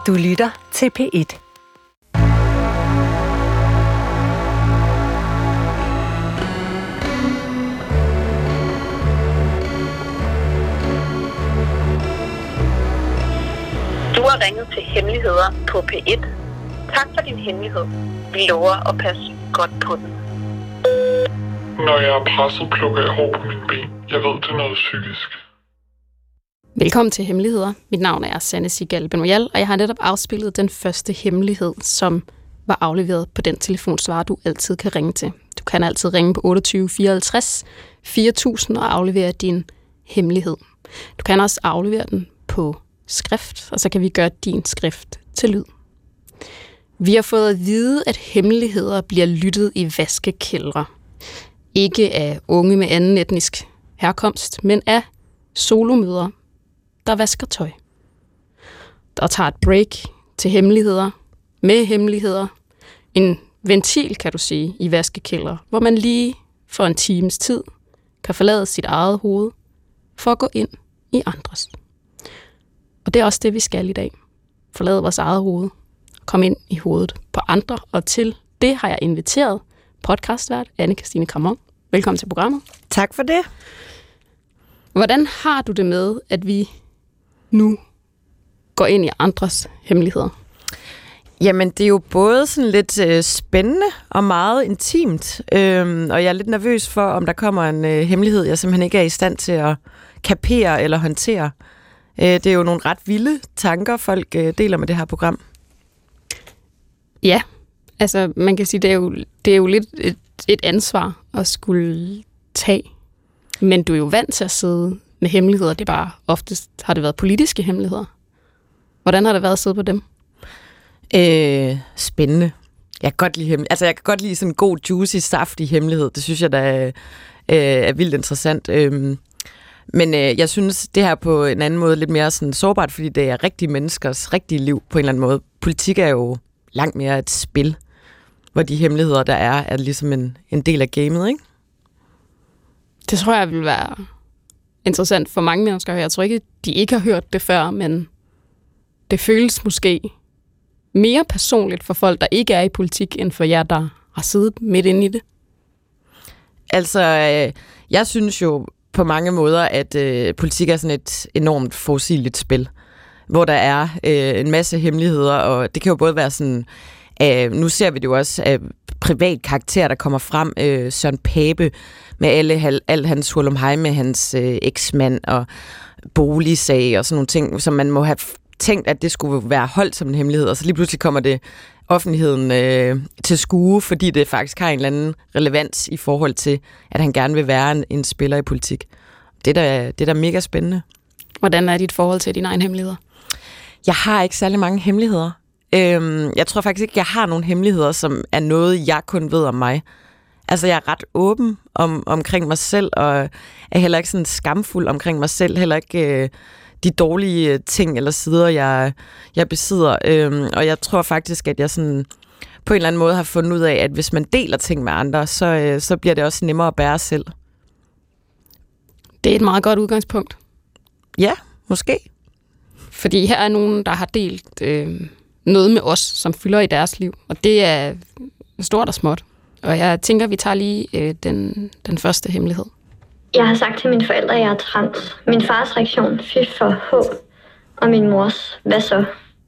Du lytter til P1. Du har ringet til Hemmeligheder på P1. Tak for din hemmelighed. Vi lover at passe godt på den. Når jeg er presset, plukker jeg hår på mine ben. Jeg ved, det er noget psykisk. Velkommen til Hemmeligheder. Mit navn er Sanne Sigal Benoyal, og jeg har netop afspillet den første hemmelighed, som var afleveret på den telefonsvarer, du altid kan ringe til. Du kan altid ringe på 28 54 4000 og aflevere din hemmelighed. Du kan også aflevere den på skrift, og så kan vi gøre din skrift til lyd. Vi har fået at vide, at hemmeligheder bliver lyttet i vaskekældre. Ikke af unge med anden etnisk herkomst, men af solomødre, der vasker tøj. Der tager et break til hemmeligheder, med hemmeligheder. En ventil, kan du sige, i vaskekældre, hvor man lige for en times tid kan forlade sit eget hoved for at gå ind i andres. Og det er også det, vi skal i dag. Forlade vores eget hoved. Komme ind i hovedet på andre. Og til det har jeg inviteret podcastvært Anne-Kristine Kramon. Velkommen til programmet. Tak for det. Hvordan har du det med, at vi nu går ind i andres hemmeligheder? Jamen, det er jo både sådan lidt spændende og meget intimt. Og jeg er lidt nervøs for, om der kommer en hemmelighed, jeg simpelthen ikke er i stand til at kapere eller håndtere. Det er jo nogle ret vilde tanker, folk deler med det her program. Ja, altså man kan sige, det er jo lidt et ansvar at skulle tage. Men du er jo vant til at sidde med hemmeligheder. Det er bare oftest har det været politiske hemmeligheder. Hvordan har det været at sidde på dem? Spændende. Jeg kan godt lide hemmelighed. Altså jeg kan godt lide sådan en god, juicy, saftig hemmelighed. Det synes jeg, der er vildt interessant. Men jeg synes, det her på en anden måde lidt mere sådan sårbart, fordi det er rigtige menneskers rigtige liv på en eller anden måde. Politik er jo langt mere et spil, hvor de hemmeligheder, der er ligesom en del af gamet, ikke? Det tror jeg vil være interessant for mange mennesker. Jeg tror ikke, de ikke har hørt det før, men det føles måske mere personligt for folk, der ikke er i politik, end for jer, der har siddet midt inde i det. Altså, jeg synes jo på mange måder, at politik er sådan et enormt forudsigeligt spil, hvor der er en masse hemmeligheder, og det kan jo både være sådan, nu ser vi det jo også af privat karakter, der kommer frem, Søren Pape med al hans hurlumhej med hans eksmand og boligsag og sådan nogle ting, som man må have tænkt, at det skulle være holdt som en hemmelighed, og så lige pludselig kommer det offentligheden til skue, fordi det faktisk har en eller anden relevans i forhold til, at han gerne vil være en spiller i politik. Det er da mega spændende. Hvordan er dit forhold til dine egne hemmeligheder? Jeg har ikke særlig mange hemmeligheder. Jeg tror faktisk ikke, jeg har nogle hemmeligheder, som er noget, jeg kun ved om mig. Altså, jeg er ret åben omkring mig selv, og er heller ikke sådan skamfuld omkring mig selv. Heller ikke de dårlige ting eller sider, jeg besidder. Og jeg tror faktisk, at jeg sådan på en eller anden måde har fundet ud af, at hvis man deler ting med andre, så bliver det også nemmere at bære selv. Det er et meget godt udgangspunkt. Ja, måske. Fordi her er nogen, der har delt noget med os, som fylder i deres liv. Og det er stort og småt. Og jeg tænker, vi tager lige den første hemmelighed. Jeg har sagt til mine forældre, at jeg er trans. Min fars reaktion, fy for H. Og min mors, hvad så?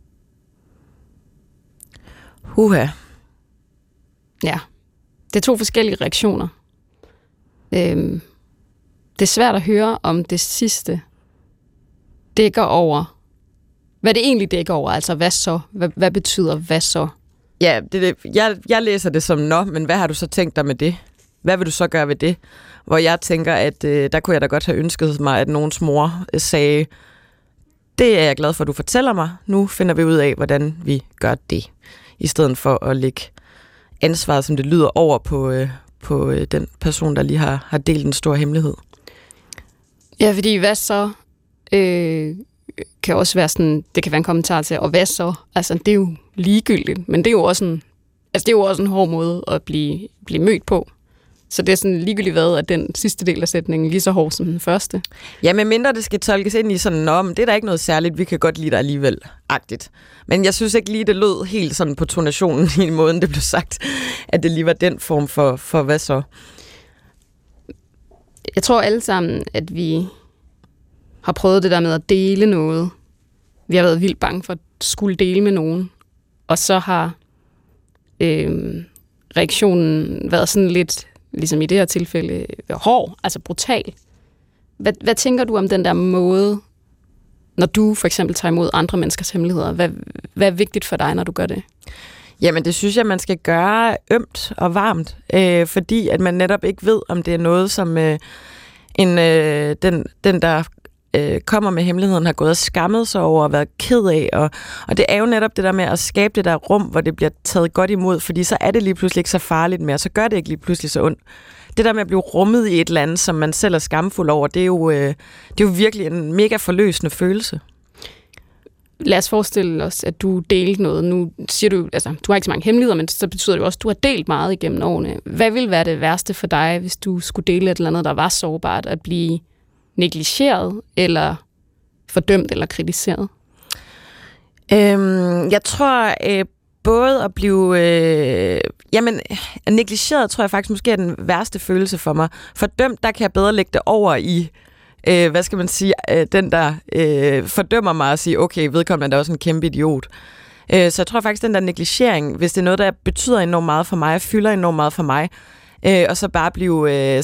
Huha. Ja, det er 2 forskellige reaktioner. Det er svært at høre, om det sidste dækker over, hvad det egentlig dækker over. Altså, hvad så? Hvad betyder hvad så? Ja, jeg læser det som nå, men hvad har du så tænkt dig med det? Hvad vil du så gøre ved det? Hvor jeg tænker, at der kunne jeg da godt have ønsket mig, at nogens mor sagde, det er jeg glad for, at du fortæller mig. Nu finder vi ud af, hvordan vi gør det. I stedet for at lægge ansvaret, som det lyder, over på den person, der lige har delt en stor hemmelighed. Ja, fordi hvad så kan også være sådan, det kan være en kommentar til, og hvad så? Altså, det er jo ligegyldigt, men det er jo også en hård måde at blive mødt på. Så det er sådan ligegyldigt hvad, at den sidste del af sætningen lige så hård som den første. Ja, men mindre det skal tolkes ind i sådan, men det er da ikke noget særligt, vi kan godt lide dig alligevel-agtigt. Men jeg synes ikke lige, det lød helt sådan på tonationen i måden, det blev sagt, at det lige var den form for hvad så? Jeg tror alle sammen, at vi har prøvet det der med at dele noget. Vi har været vildt bange for at skulle dele med nogen. Og så har reaktionen været sådan lidt, ligesom i det her tilfælde, hård, altså brutal. Hvad tænker du om den der måde, når du for eksempel tager imod andre menneskers hemmeligheder? Hvad er vigtigt for dig, når du gør det? Jamen, det synes jeg, man skal gøre ømt og varmt, fordi at man netop ikke ved, om det er noget, som den der kommer med hemmeligheden, har gået og skammet sig over og været ked af. Og det er jo netop det der med at skabe det der rum, hvor det bliver taget godt imod, fordi så er det lige pludselig ikke så farligt mere, så gør det ikke lige pludselig så ondt. Det der med at blive rummet i et eller andet, som man selv er skamfuld over, det er jo virkelig en mega forløsende følelse. Lad os forestille os, at du delte noget. Nu siger du, altså, du har ikke så mange hemmeligheder, men så betyder det jo også, at du har delt meget igennem årene. Hvad ville være det værste for dig, hvis du skulle dele et eller andet, der var sårbart, at blive negligeret, eller fordømt, eller kritiseret? Jeg tror både at blive... negligeret tror jeg faktisk måske er den værste følelse for mig. Fordømt, der kan jeg bedre lægge det over i... hvad skal man sige, den der fordømmer mig og sige, okay, vedkommende er også en kæmpe idiot. Så jeg tror faktisk, den der negligering, hvis det er noget, der betyder enormt meget for mig, fylder enormt meget for mig, og så bare blive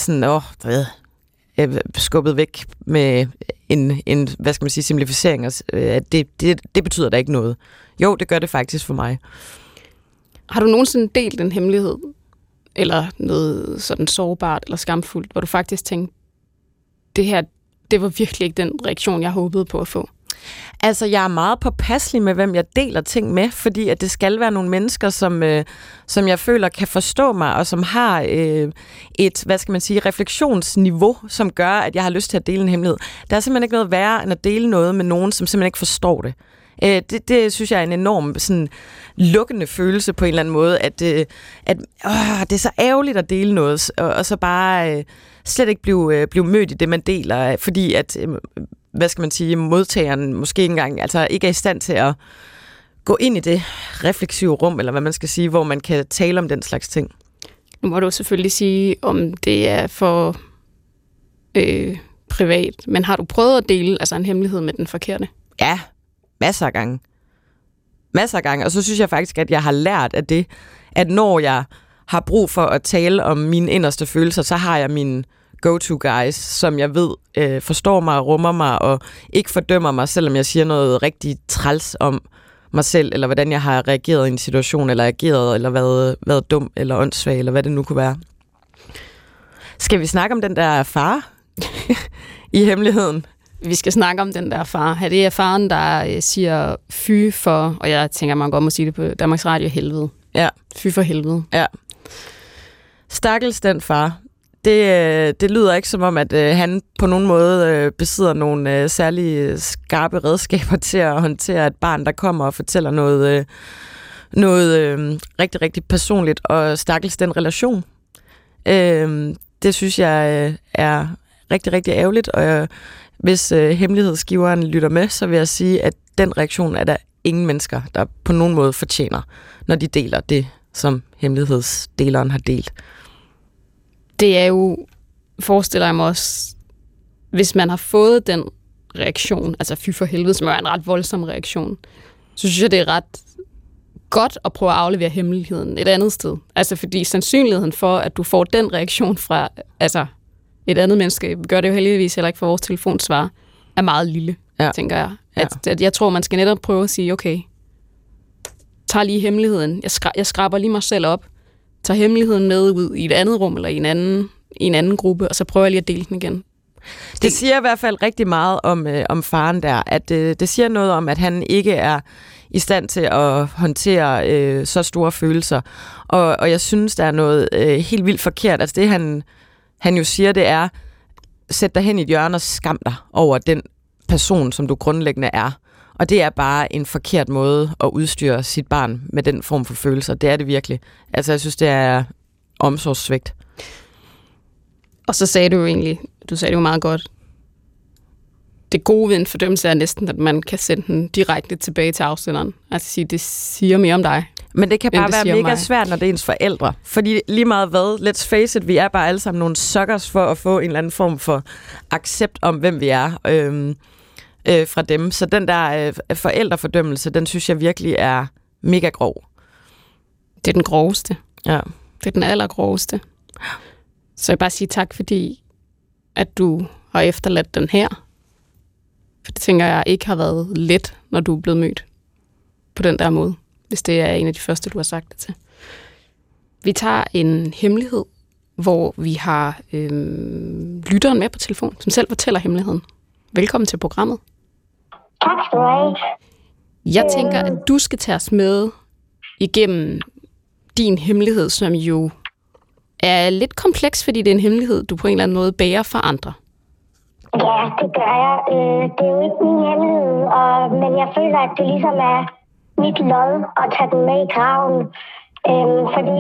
skubbet væk med en hvad skal man sige, simplificering, det betyder da ikke noget. Jo, det gør det faktisk for mig. Har du nogensinde delt en hemmelighed, eller noget sådan sårbart eller skamfuldt, hvor du faktisk tænkte, det her, det var virkelig ikke den reaktion, jeg håbede på at få? Altså, jeg er meget påpasselig med, hvem jeg deler ting med, fordi at det skal være nogle mennesker, som jeg føler kan forstå mig, og som har et, hvad skal man sige, refleksionsniveau, som gør, at jeg har lyst til at dele en hemmelighed. Der er simpelthen ikke noget værre, end at dele noget med nogen, som simpelthen ikke forstår det. Det synes jeg er en enorm sådan, lukkende følelse på en eller anden måde, at det er så ærgerligt at dele noget, og så bare slet ikke blive mødt i det, man deler, fordi at, hvad skal man sige, modtageren måske ikke engang, altså ikke er i stand til at gå ind i det refleksive rum, eller hvad man skal sige, hvor man kan tale om den slags ting. Nu må du selvfølgelig sige, om det er for privat, men har du prøvet at dele altså en hemmelighed med den forkerte? Ja, masser af gange. Masser af gange. Og så synes jeg faktisk, at jeg har lært af det, at når jeg har brug for at tale om mine inderste følelser, så har jeg mine go-to guys, som jeg ved forstår mig, rummer mig og ikke fordømmer mig, selvom jeg siger noget rigtig træls om mig selv, eller hvordan jeg har reageret i en situation, eller ageret, eller været dum, eller åndssvag, eller hvad det nu kunne være. Skal vi snakke om den der far i hemmeligheden? Vi skal snakke om den der far. Det er faren, der siger fy for, og jeg tænker, man godt må sige det på Danmarks Radio, helvede. Ja. Fy for helvede. Ja. Stakkels den far. Det lyder ikke som om, at han på nogen måde besidder nogle særlige skarpe redskaber til at håndtere et barn, der kommer og fortæller noget rigtig, rigtig personligt, og stakkels den relation. Det synes jeg er rigtig, rigtig ærgerligt, og hvis hemmelighedsgiveren lytter med, så vil jeg sige, at den reaktion er der ingen mennesker, der på nogen måde fortjener, når de deler det, som hemmelighedsdeleren har delt. Det er jo, forestiller jeg mig også, hvis man har fået den reaktion, altså fy for helvede, som er en ret voldsom reaktion, så synes jeg, det er ret godt at prøve at aflevere hemmeligheden et andet sted. Altså fordi sandsynligheden for, at du får den reaktion fra altså et andet menneske, gør det jo heldigvis heller ikke for vores telefonsvar, er meget lille, tænker jeg. At jeg tror, man skal netop prøve at sige, okay, tag lige hemmeligheden, jeg skraber lige mig selv op, tager hemmeligheden med ud i et andet rum, eller i en anden gruppe, og så prøver jeg lige at dele den igen. Det siger i hvert fald rigtig meget om faren der, at det siger noget om, at han ikke er i stand til at håndtere så store følelser. Og jeg synes, der er noget helt vildt forkert. Altså det, han jo siger, det er, sæt dig hen i et hjørne og skam dig over den person, som du grundlæggende er. Og det er bare en forkert måde at udstyre sit barn med den form for følelser. Det er det virkelig. Altså jeg synes, det er omsorgssvigt. Og så sagde du sagde det jo meget godt, det gode ved en fordømmelse er næsten, at man kan sende den direkte tilbage til afsenderen. Altså sige, det siger mere om dig. Men det kan bare være mega svært, når det er ens forældre. Fordi lige meget hvad, let's face it, vi er bare alle sammen nogle suckers for at få en eller anden form for accept om, hvem vi er fra dem. Så den der forældrefordømmelse, den synes jeg virkelig er mega grov. Det er den groveste. Ja. Det er den allergroveste. Så jeg vil bare sige tak, fordi at du har efterladt den her. For det tænker jeg ikke har været let, når du er blevet mødt på den der måde. Hvis det er en af de første, du har sagt det til. Vi tager en hemmelighed, hvor vi har lytteren med på telefon, som selv fortæller hemmeligheden. Velkommen til programmet. Tak skal du have. Jeg tænker, at du skal tage os med igennem din hemmelighed, som jo er lidt kompleks, fordi det er en hemmelighed, du på en eller anden måde bærer for andre. Ja, det gør jeg. Det er jo ikke min hemmelighed, men jeg føler, at det ligesom er mit lod at tage den med i graven. Fordi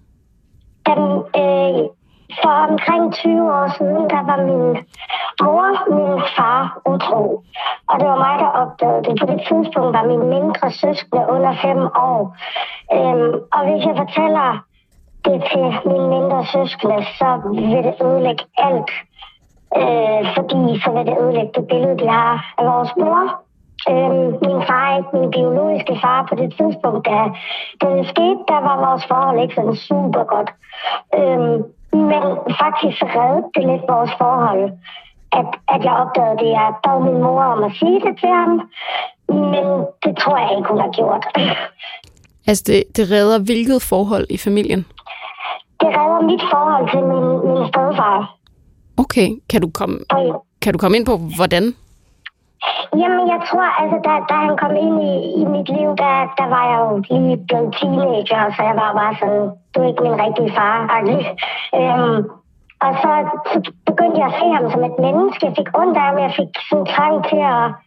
for omkring 20 år siden, der var min mor, min far utro. Og det var mig, der opdagede det. På det tidspunkt var mine mindre søskende under 5 år. Og hvis jeg fortæller det til mine mindre søskende, så vil det ødelægge alt. Fordi så vil det ødelægge det billede, de har af vores mor. Min far er ikke min biologiske far på det tidspunkt, da det skete, der var vores forhold ikke sådan super godt. Men faktisk reddede det lidt vores forhold, at jeg opdagede det. Jeg bad min mor om at sige det til ham, men det tror jeg ikke, hun har gjort. Altså det redder hvilket forhold i familien? Det redder mit forhold til min stedfar. Okay, kan du komme ind på, hvordan? Jamen, jeg tror, altså, da han kom ind i mit liv, der var jeg jo lige blevet teenager, så jeg var bare sådan, du er ikke min rigtige far. Og så begyndte jeg at se ham som et menneske. Jeg fik ondt af ham, jeg fik sådan trang til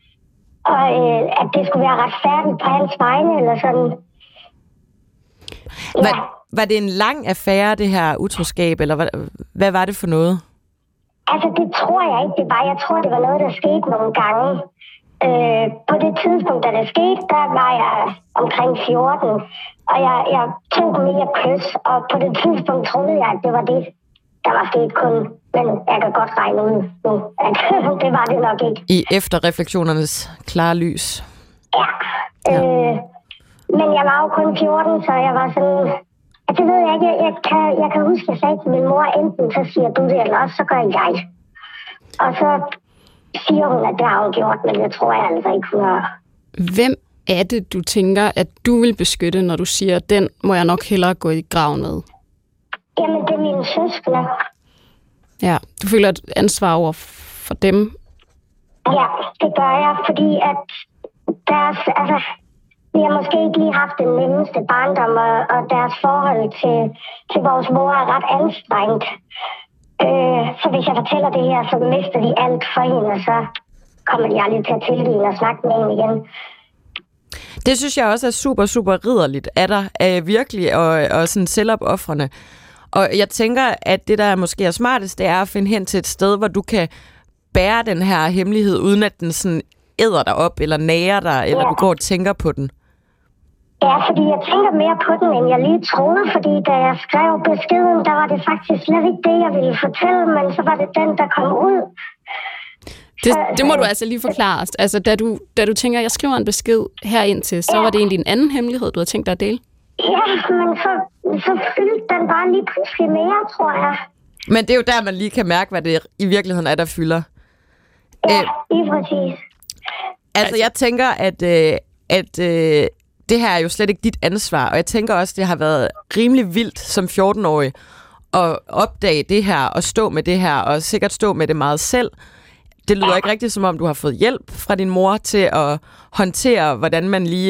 at det skulle være retfærdigt på hans vegne, eller sådan. Ja. Var det en lang affære, det her utroskab, eller hvad var det for noget? Altså, det tror jeg ikke, det var. Jeg tror, det var noget, der skete nogle gange. På det tidspunkt, da det skete, der var jeg omkring 14, og jeg tog mere kys, og på det tidspunkt troede jeg, at det var det, der var sket kun. Men jeg kan godt regne ud nu, at det var det nok ikke. I efterrefleksionernes klare lys. Ja. Men jeg var jo kun 14, så jeg var sådan... Det ved jeg ikke. Jeg kan huske, at jeg sagde til min mor, enten så siger du det, eller også så gør jeg. Og så siger hun, at det har hun gjort, men det tror jeg altså ikke, hun har. Hvem er det, du tænker, at du vil beskytte, når du siger, den må jeg nok hellere gå i graven med? Jamen, det er mine søskende. Ja, du føler et ansvar over for dem? Ja, det gør jeg, fordi at deres... Altså, vi har måske ikke lige haft den nemmeste barndom, og deres forhold til vores mor er ret anstrengt. Så hvis jeg fortæller det her, så mister de alt for hende, og så kommer de aldrig til at tilgive hende og snakke med hende igen. Det synes jeg også er super, super ridderligt af dig, virkelig, og sådan selvopoffrende. Og jeg tænker, at det, der måske er smartest, det er at finde hen til et sted, hvor du kan bære den her hemmelighed, uden at den sådan æder dig op, eller nærer dig, eller du går og tænker på den. Ja, fordi jeg tænker mere på den, end jeg lige troede, fordi da jeg skrev beskeden, der var det faktisk slet ikke det, jeg ville fortælle, men så var det den, der kom ud. Det må du altså lige forklare os. Altså, da du tænker, jeg skriver en besked herind til, så var det egentlig en anden hemmelighed, du havde tænkt dig at dele? Ja, men så fyldte den bare lige pludselig mere, tror jeg. Men det er jo der, man lige kan mærke, hvad det i virkeligheden er, der fylder. Ja, lige præcis. Altså, jeg tænker, at det her er jo slet ikke dit ansvar, og jeg tænker også, det har været rimelig vildt som 14-årig at opdage det her, og stå med det her, og sikkert stå med det meget selv. Det lyder ikke rigtigt, som om du har fået hjælp fra din mor til at håndtere, hvordan man lige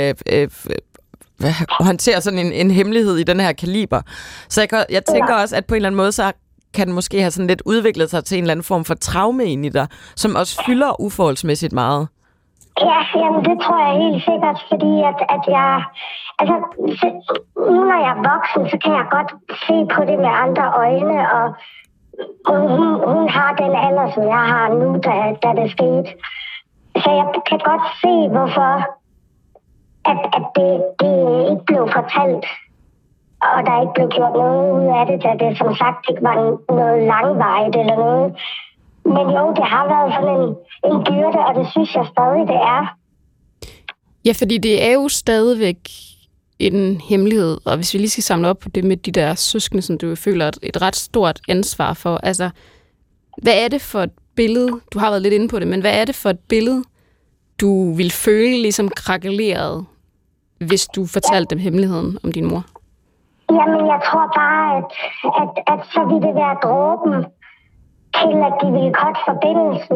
håndterer sådan en hemmelighed i den her kaliber. Så jeg tænker også, at på en eller anden måde, så kan den måske have sådan lidt udviklet sig til en eller anden form for traume ind i dig, som også fylder uforholdsmæssigt meget. Ja, jamen det tror jeg helt sikkert, fordi at jeg... Altså, nu når jeg er voksen, så kan jeg godt se på det med andre øjne, og hun har den alder, som jeg har nu, da det skete. Så jeg kan godt se, hvorfor at det ikke blev fortalt, og der ikke blev gjort noget ud af det, da det som sagt ikke var noget langvarigt eller noget. Men jo, det har været sådan en byrde, og det synes jeg stadig, det er. Ja, fordi det er jo stadigvæk en hemmelighed, og hvis vi lige skal samle op på det med de der søskende, som du føler et ret stort ansvar for, altså, hvad er det for et billede, du har været lidt inde på det, men hvad er det for et billede, du vil føle ligesom krakeleret, hvis du fortalte dem hemmeligheden om din mor? Jamen, jeg tror bare, at så ville det være dråben til, at de ville cutte forbindelsen.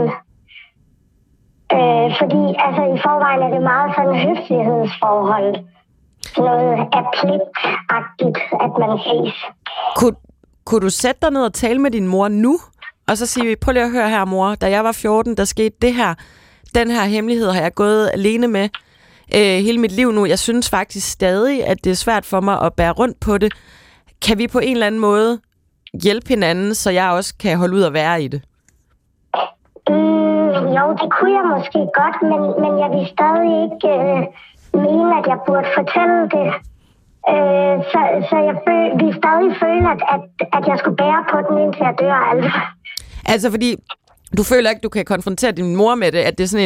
Fordi altså, i forvejen er det meget sådan høflighedsforhold. Noget er pligtagtigt, at man ses. Kunne du sætte dig ned og tale med din mor nu? Og så sige, prøv lige at høre her, mor. Da jeg var 14, der skete det her. Den her hemmelighed har jeg gået alene med hele mit liv nu. Jeg synes faktisk stadig, at det er svært for mig at bære rundt på det. Kan vi på en eller anden måde hjælpe hinanden, så jeg også kan holde ud og være i det? Jo, det kunne jeg måske godt, men jeg vil stadig ikke mene, at jeg burde fortælle det. Så jeg vil stadig føle, at jeg skulle bære på den, indtil jeg dør. Altså, fordi du føler ikke, du kan konfrontere din mor med det, at det er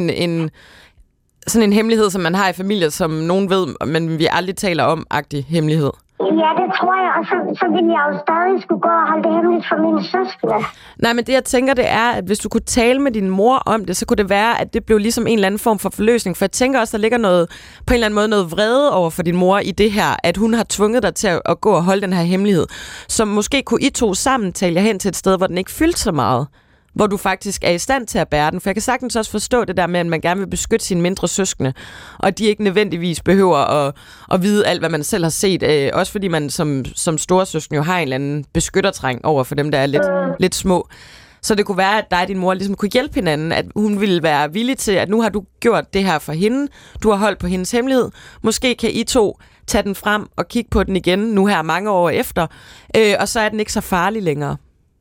sådan en hemmelighed, som man har i familier, som nogen ved, men vi aldrig taler om-agtig hemmelighed? Ja, det tror jeg, og så ville jeg jo stadig skulle gå og holde det hemmeligt for mine søskende. Nej, men det jeg tænker, det er, at hvis du kunne tale med din mor om det, så kunne det være, at det blev ligesom en eller anden form for forløsning. For jeg tænker også, der ligger noget, på en eller anden måde noget vrede over for din mor i det her, at hun har tvunget dig til at gå og holde den her hemmelighed. Så måske kunne I to sammen tale jer hen til et sted, hvor den ikke fyldte så meget. Hvor du faktisk er i stand til at bære den. For jeg kan sagtens også forstå det der med, at man gerne vil beskytte sine mindre søskende, og de ikke nødvendigvis behøver at vide alt, hvad man selv har set. Også fordi man som store søskende jo har en eller anden beskyttertræng over for dem, der er lidt små. Så det kunne være, at dig og din mor ligesom kunne hjælpe hinanden, at hun ville være villig til, at nu har du gjort det her for hende, du har holdt på hendes hemmelighed. Måske kan I to tage den frem og kigge på den igen, nu her mange år efter, og så er den ikke så farlig længere.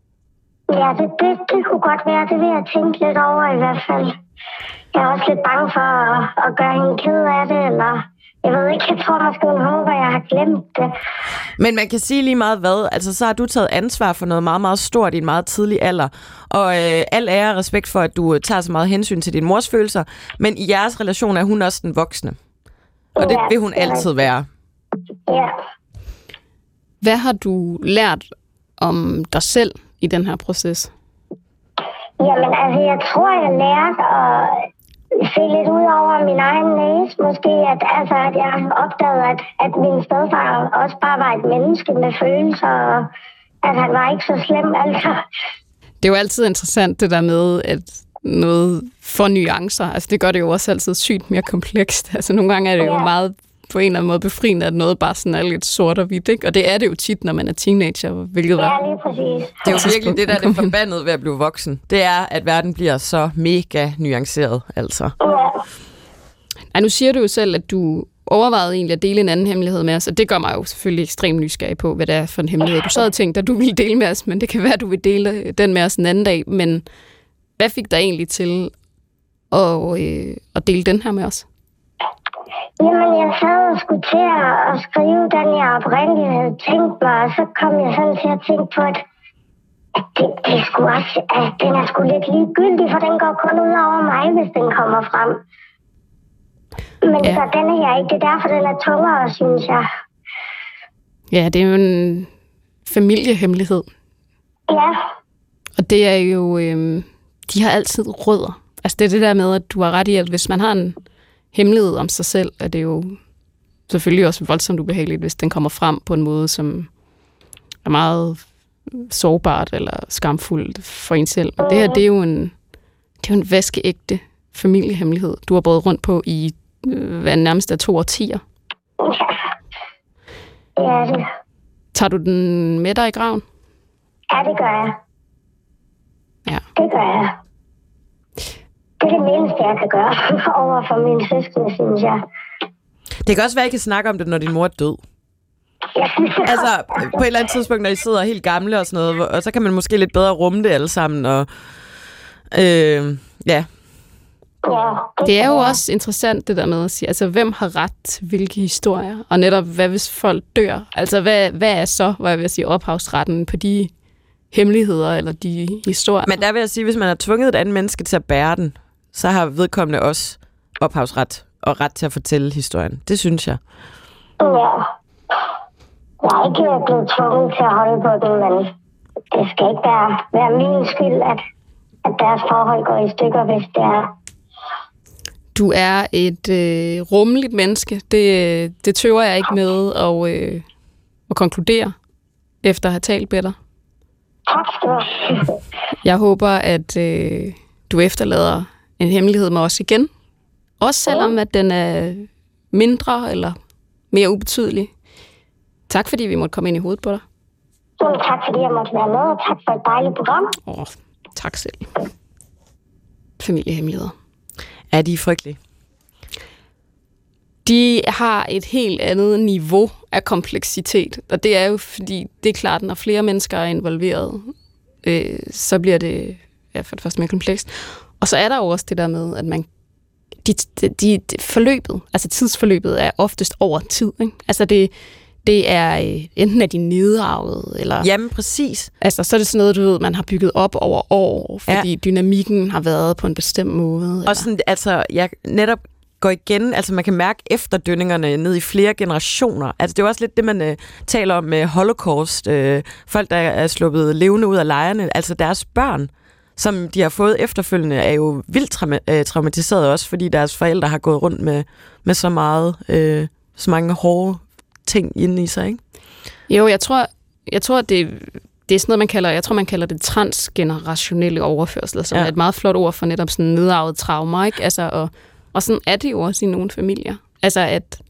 Ja, det kunne godt være. Det vil jeg tænke lidt over i hvert fald. Jeg er også lidt bange for at gøre hende ked af det, eller jeg ved ikke, jeg tror måske hun håber, jeg har glemt det. Men man kan sige lige meget hvad, altså så har du taget ansvar for noget meget, meget stort i en meget tidlig alder, og al ære og respekt for, at du tager så meget hensyn til din mors følelser, men i jeres relation er hun også den voksne. Og det vil hun altid være. Ja. Hvad har du lært om dig selv i den her proces? Jamen, altså, jeg tror, jeg lærte at se lidt ud over min egen næse. Måske, at jeg opdagede, at min stedfar også bare var et menneske med følelser, og at han var ikke så slem, altså. Det er jo altid interessant, det der med, at noget får nuancer. Altså, det gør det jo også altid sygt mere komplekst. Altså, nogle gange er det jo meget på en eller anden måde befriende, at noget bare sådan er lidt sort og hvidt, ikke? Og det er det jo tit, når man er teenager, hvilket var... Ja, lige præcis. Det er jo virkelig det, der er det forbandede ved at blive voksen. Det er, at verden bliver så mega nuanceret, altså. Ja. Ej, nu siger du jo selv, at du overvejede egentlig at dele en anden hemmelighed med os, og det gør mig jo selvfølgelig ekstremt nysgerrig på, hvad det er for en hemmelighed, du så havde tænkt, at du ville dele med os, men det kan være, at du vil dele den med os en anden dag. Men hvad fik dig egentlig til at dele den her med os? Jamen, jeg sad og skulle til at skrive den, jeg oprindeligt havde tænkt mig, og så kom jeg sådan til at tænke på, at den er sgu lidt ligegyldig, for den går kun ud over mig, hvis den kommer frem. Men så den er jeg ikke. Det er derfor, den er tungere, synes jeg. Ja, det er jo en familiehemmelighed. Ja. Og det er jo... de har altid rødder. Altså, det er det der med, at du har ret i, at hvis man har en hemmelighed om sig selv, er det jo selvfølgelig også voldsomt ubehageligt, hvis den kommer frem på en måde, som er meget sårbart eller skamfuldt for en selv. Og det her, det er jo en vaskeægte familiehemmelighed, du har båret rundt på i hvad nærmest er 2 årtier. Ja, det. Tager du den med dig i graven? Ja, det gør jeg. Ja. Det gør jeg. Det er det mindste, jeg kan gøre over for mine søskende, synes jeg. Det kan også være, at I kan snakke om det, når din mor er død. Altså, på et eller andet tidspunkt, når I sidder helt gamle og sådan noget, og så kan man måske lidt bedre rumme det alle sammen, og ja. Det er jo også interessant, det der med at sige, altså, hvem har ret til hvilke historier? Og netop, hvad hvis folk dør? Altså, hvad er så, hvad jeg vil sige, ophavsretten på de hemmeligheder eller de historier? Men der vil jeg sige, hvis man har tvunget et andet menneske til at bære den, så har vedkommende også ophavsret og ret til at fortælle historien. Det synes jeg. Ja. Jeg er ikke blevet tvunget til at holde på den, men det skal ikke være min skyld, at deres forhold går i stykker, hvis det er. Du er et rummeligt menneske. Det tøver jeg ikke med at konkludere, efter at have talt med dig. Tak skal du have. Jeg håber, at du efterlader en hemmelighed med os igen. Også selvom, at den er mindre eller mere ubetydelig. Tak, fordi vi måtte komme ind i hovedet på dig. Tak, fordi jeg måtte være med, og tak for et dejligt program. Tak selv. Familiehemmeligheder. Er de frygtelige? De har et helt andet niveau af kompleksitet, og det er jo fordi, det er klart, når flere mennesker er involveret, så bliver det for det første mere komplekst. Og så er der jo også det der med, at man forløbet, altså tidsforløbet er oftest over tid, ikke? Altså det er enten af de nedarvede, eller... Jamen, præcis. Altså, så er det sådan noget, du ved, man har bygget op over år, fordi dynamikken har været på en bestemt måde. Og sådan, altså, jeg netop går igen, altså man kan mærke efterdønningerne ned i flere generationer. Altså, det er jo også lidt det, man taler om med Holocaust. Folk, der er sluppet levende ud af lejrene, altså deres børn, som de har fået efterfølgende, er jo vildt traumatiseret også, fordi deres forældre har gået rundt med så meget, så mange hårde ting inde i sig, ikke? Jo, jeg tror det er sådan noget, man kalder det transgenerationelle overførsel, som er et meget flot ord for netop sådan nedarvet traumer, ikke? Altså, og sådan er det jo også i nogle familier. Altså, at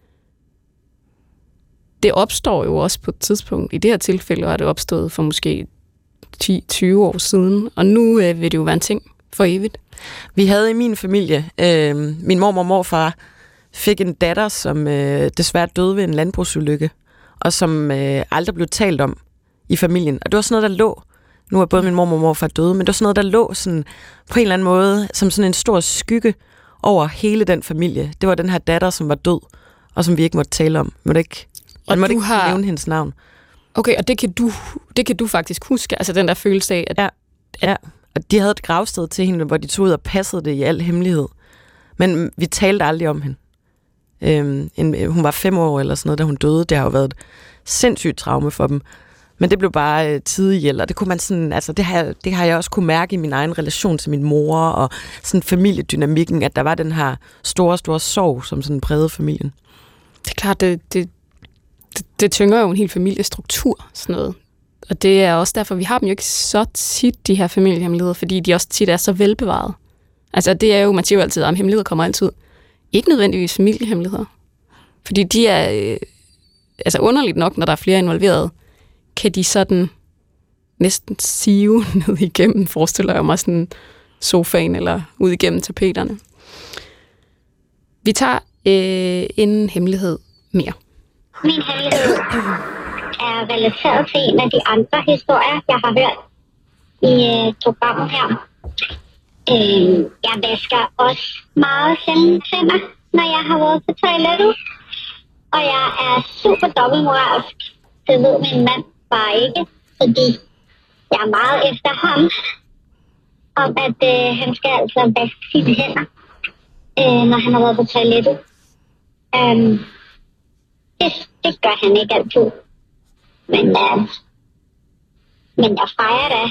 det opstår jo også på et tidspunkt. I det her tilfælde er det opstået for måske 10-20 år siden, og nu vil det jo være en ting for evigt. Vi havde i min familie, min mormor og morfar fik en datter, som desværre døde ved en landbrugsulykke, og som aldrig blev talt om i familien. Og det var sådan noget, der lå, nu er både min mormor og morfar døde, men det var sådan noget, der lå sådan, på en eller anden måde som sådan en stor skygge over hele den familie. Det var den her datter, som var død, og som vi ikke måtte tale om. Man måtte ikke nævne hendes navn. Okay, og det kan du faktisk huske, altså den der følelse af, at... Ja, og de havde et gravsted til hende, hvor de tog ud og passede det i al hemmelighed. Men vi talte aldrig om hende. Hun var 5 år eller sådan noget, da hun døde. Det har jo været et sindssygt traume for dem. Men det blev bare tidligt ihjel, og det kunne man sådan, altså det har jeg også kunne mærke i min egen relation til min mor, og sådan familiedynamikken, at der var den her store sorg, som sådan prægede familien. Det er klart, det tynger jo en hel familiestruktur, sådan noget. Og det er også derfor, vi har dem jo ikke så tit, de her familiehemmeligheder, fordi de også tit er så velbevaret. Altså det er jo, man siger jo altid, at hemmeligheder kommer altid. Ikke nødvendigvis familiehemmeligheder. Fordi de er, altså underligt nok, når der er flere involveret, kan de sådan næsten sive ned igennem, forestiller jeg mig, sådan sofaen eller ud igennem tapeterne. Vi tager en hemmelighed mere. Min hemmelighed er relateret til en af de andre historier, jeg har hørt i programmet her. Jeg vasker også meget sjældent hænder, når jeg har været på toilettet. Og jeg er super dobbeltmoralsk. Det ved min mand bare ikke, fordi jeg er meget efter ham. Om at han skal altså vaske sine hænder, når han har været på toilettet. Det gør han ikke altid. Men jeg fejrer det.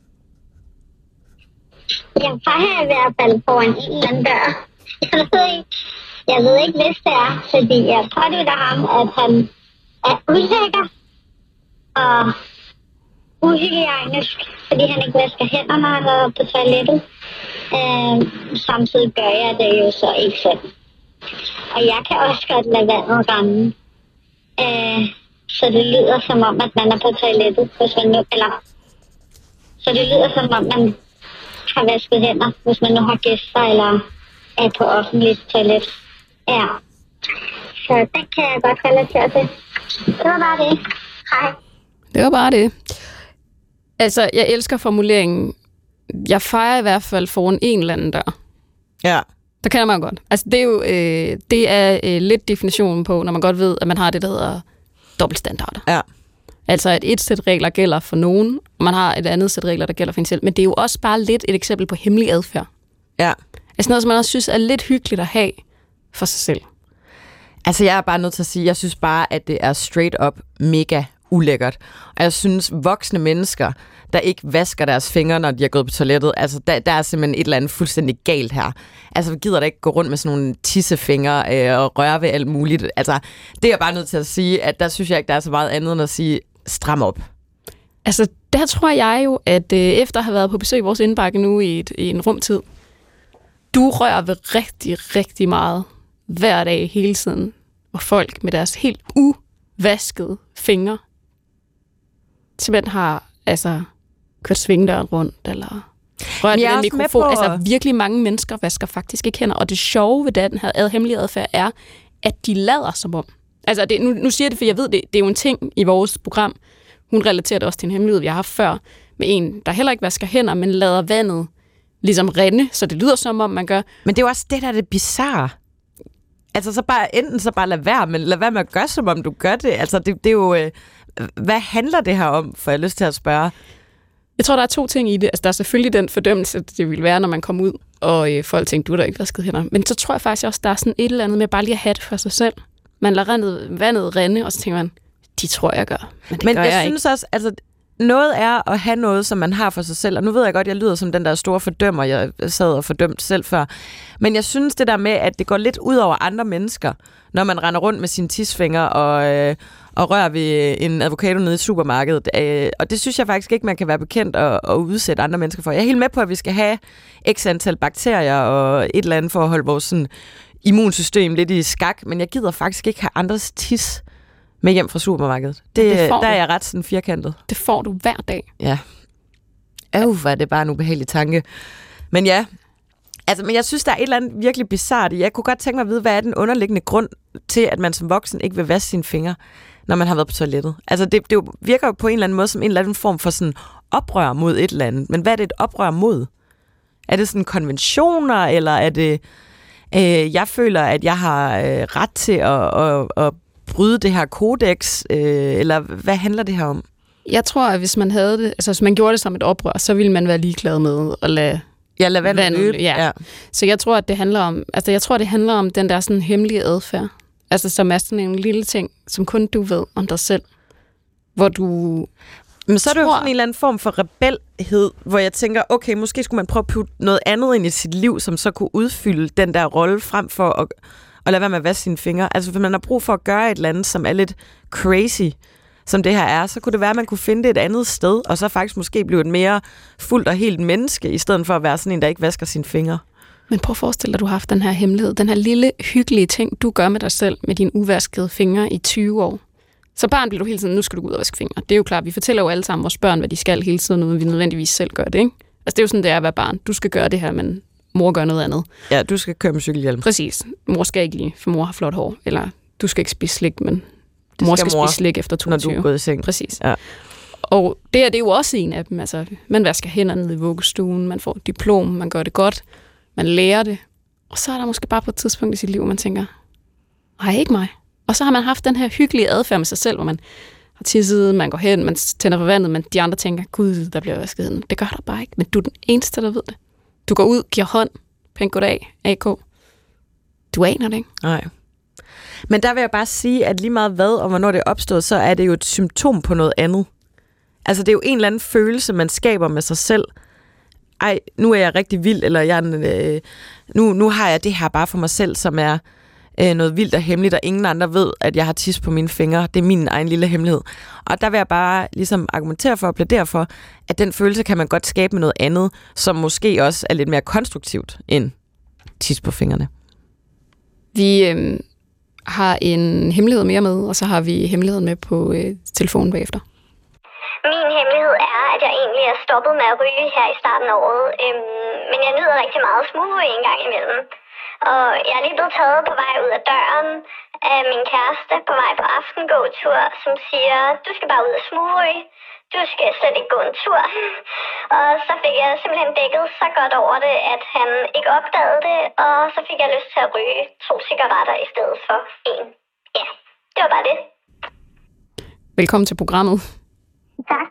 Jeg fejrer i hvert fald foran en eller anden dør. Jeg ved ikke, hvis det er, fordi jeg pådytter ham, at han er usikker og uhygienisk, fordi han ikke vasker hænder, når han er på toilettet. Samtidig gør jeg det jo så ikke selv. Og jeg kan også godt lade vandet rende. Så det lyder som om, at man er på toilettet, så det lyder som om, man har vasket hænder, hvis man nu har gæster eller er på offentligt toilet. Ja. Så det kan jeg godt relatere til. Det var bare det. Hej. Det var bare det. Altså, jeg elsker formuleringen. Jeg fejrer i hvert fald foran en eller anden dør. Ja. Der kender man godt. Altså, det er jo det er lidt definitionen på, når man godt ved, at man har det, der hedder dobbeltstandarder. Ja. Altså, at et sæt regler gælder for nogen, og man har et andet sæt regler, der gælder for en selv. Men det er jo også bare lidt et eksempel på hemmelig adfærd. Ja. Altså noget, som man også synes er lidt hyggeligt at have for sig selv. Altså, jeg er bare nødt til at sige, jeg synes bare, at det er straight up mega ulækkert. Og jeg synes, voksne mennesker, der ikke vasker deres fingre, når de er gået på toilettet, altså, der er simpelthen et eller andet fuldstændig galt her. Altså, vi gider da ikke gå rundt med sådan nogle tissefingre og røre ved alt muligt. Altså, det er jeg bare nødt til at sige, at der synes jeg ikke, der er så meget andet end at sige, stram op. Altså, der tror jeg jo, at efter at have været på besøg i vores indbakke nu i en rumtid, du rører ved rigtig, rigtig meget hver dag hele tiden, hvor folk med deres helt uvaskede fingre simpelthen har kørt svingdøren rundt, eller rørt ved en mikrofon. På... Altså, virkelig mange mennesker vasker faktisk ikke hænder, og det sjove ved den her hemmelige adfærd er, at de lader som om. Altså, nu siger jeg det, for jeg ved, det er jo en ting i vores program. Hun relaterer det også til en hemmelighed, vi har haft før, med en, der heller ikke vasker hænder, men lader vandet ligesom rinde, så det lyder som om, man gør. Men det er jo også det, der er det bizarre. Altså, så bare lad være, men lad være med at gøre, som om du gør det. Altså, det er jo... hvad handler det her om, får jeg lyst til at spørge? Jeg tror, der er 2 ting i det. Altså, der er selvfølgelig den fordømmelse, det vil være, når man kommer ud, og folk tænker, du har da ikke vasket hænder. Men så tror jeg faktisk også, der er sådan et eller andet med bare lige at have det for sig selv. Man lader vandet rinde, og så tænker man, de tror, jeg gør. Men jeg synes også, altså, noget er at have noget, som man har for sig selv. Og nu ved jeg godt, jeg lyder som den der store fordømmer, jeg sad og fordømt selv før. Men jeg synes det der med, at det går lidt ud over andre mennesker, når man render rundt med sine tidsfingre og rører ved en avocado nede i supermarkedet. Og det synes jeg faktisk ikke, man kan være bekendt og udsætte andre mennesker for. Jeg er helt med på, at vi skal have x antal bakterier og et eller andet for at holde vores sådan, immunsystem lidt i skak. Men jeg gider faktisk ikke have andres tis med hjem fra supermarkedet. Der er jeg ret sådan firkantet. Det får du hver dag. Ja. Hvor er det bare en ubehagelig tanke. Men ja, altså, men jeg synes, der er et eller andet virkelig bizarrt i. Jeg kunne godt tænke mig at vide, hvad er den underliggende grund til, at man som voksen ikke vil vaske sine fingre, når man har været på toilettet. Altså, det virker jo på en eller anden måde som en eller anden form for sådan oprør mod et eller andet. Men hvad er det et oprør mod? Er det sådan konventioner, eller er det... jeg føler, at jeg har ret til at bryde det her kodex, eller hvad handler det her om? Jeg tror, at hvis man havde det, altså hvis man gjorde det som et oprør, så ville man være ligeglad med at lade vandet løbe. Ja. Så jeg tror, at det handler om, den der sådan hemmelige adfærd. Altså som er sådan en lille ting, som kun du ved om dig selv. Hvor du... Men så er det jo sådan en eller anden form for rebelhed, hvor jeg tænker, okay, måske skulle man prøve at putte noget andet ind i sit liv, som så kunne udfylde den der rolle frem for at lade være med at vaske sine fingre. Altså, hvis man har brug for at gøre et eller andet, som er lidt crazy, som det her er, så kunne det være, at man kunne finde det et andet sted, og så faktisk måske blive et mere fuldt og helt menneske, i stedet for at være sådan en, der ikke vasker sine fingre. Men prøv at forestille dig, at du har haft den her hemmelighed, den her lille, hyggelige ting, du gør med dig selv, med dine uvaskede fingre i 20 år. Så barn bliver du hele tiden, nu skal du gå ud og vaske fingre. Det er jo klart, vi fortæller jo alle sammen vores børn, hvad de skal hele tiden, uden vi nødvendigvis selv gør det, ikke? Altså, det er jo sådan, det er at være barn. Du skal gøre det her, men mor gør noget andet. Ja, du skal køre med cykelhjelm. Præcis. Mor skal ikke lige, for mor har flot hår. Eller du skal ikke spise slik, men mor skal spise slik efter 22. Når du er gået i seng. Præcis. Ja. Og det er jo også en af dem. Altså, man vasker hænderne nede i vuggestuen, man får et diplom, man gør det godt, man lærer det. Og så er der måske bare på et tidspunkt i sit liv, hvor man tænker, nej, ikke mig. Og så har man haft den her hyggelige adfærd med sig selv, hvor man har tisset, man går hen, man tænder på vandet, men de andre tænker, gud, der bliver vasket hænder. Det gør der bare ikke, men du er den eneste, der ved det. Du går ud, giver hånd, pænt goddag, AK. Du aner det ikke. Nej. Men der vil jeg bare sige, at lige meget hvad og hvornår det er opstået, så er det jo et symptom på noget andet. Altså det er jo en eller anden følelse, man skaber med sig selv. Ej, nu er jeg rigtig vild, eller nu har jeg det her bare for mig selv, som er noget vildt og hemmeligt, og ingen andre ved, at jeg har tis på mine fingre. Det er min egen lille hemmelighed. Og der vil jeg bare ligesom argumentere for og plædere for, at den følelse kan man godt skabe med noget andet, som måske også er lidt mere konstruktivt end tis på fingrene. Vi har en hemmelighed mere med, og så har vi hemmeligheden med på telefonen bagefter. Min hemmelighed er, at jeg egentlig er stoppet med at ryge her i starten af året. Men jeg nyder rigtig meget smugryge en gang imellem. Og jeg er lige blevet taget på vej ud af døren af min kæreste på vej på aftengåtur, som siger, du skal bare ud og smugryge. Du skal slet ikke gå en tur. Og så fik jeg simpelthen dækket så godt over det, at han ikke opdagede det, og så fik jeg lyst til at ryge 2 cigaretter i stedet for 1. Ja, det var bare det. Velkommen til programmet. Tak.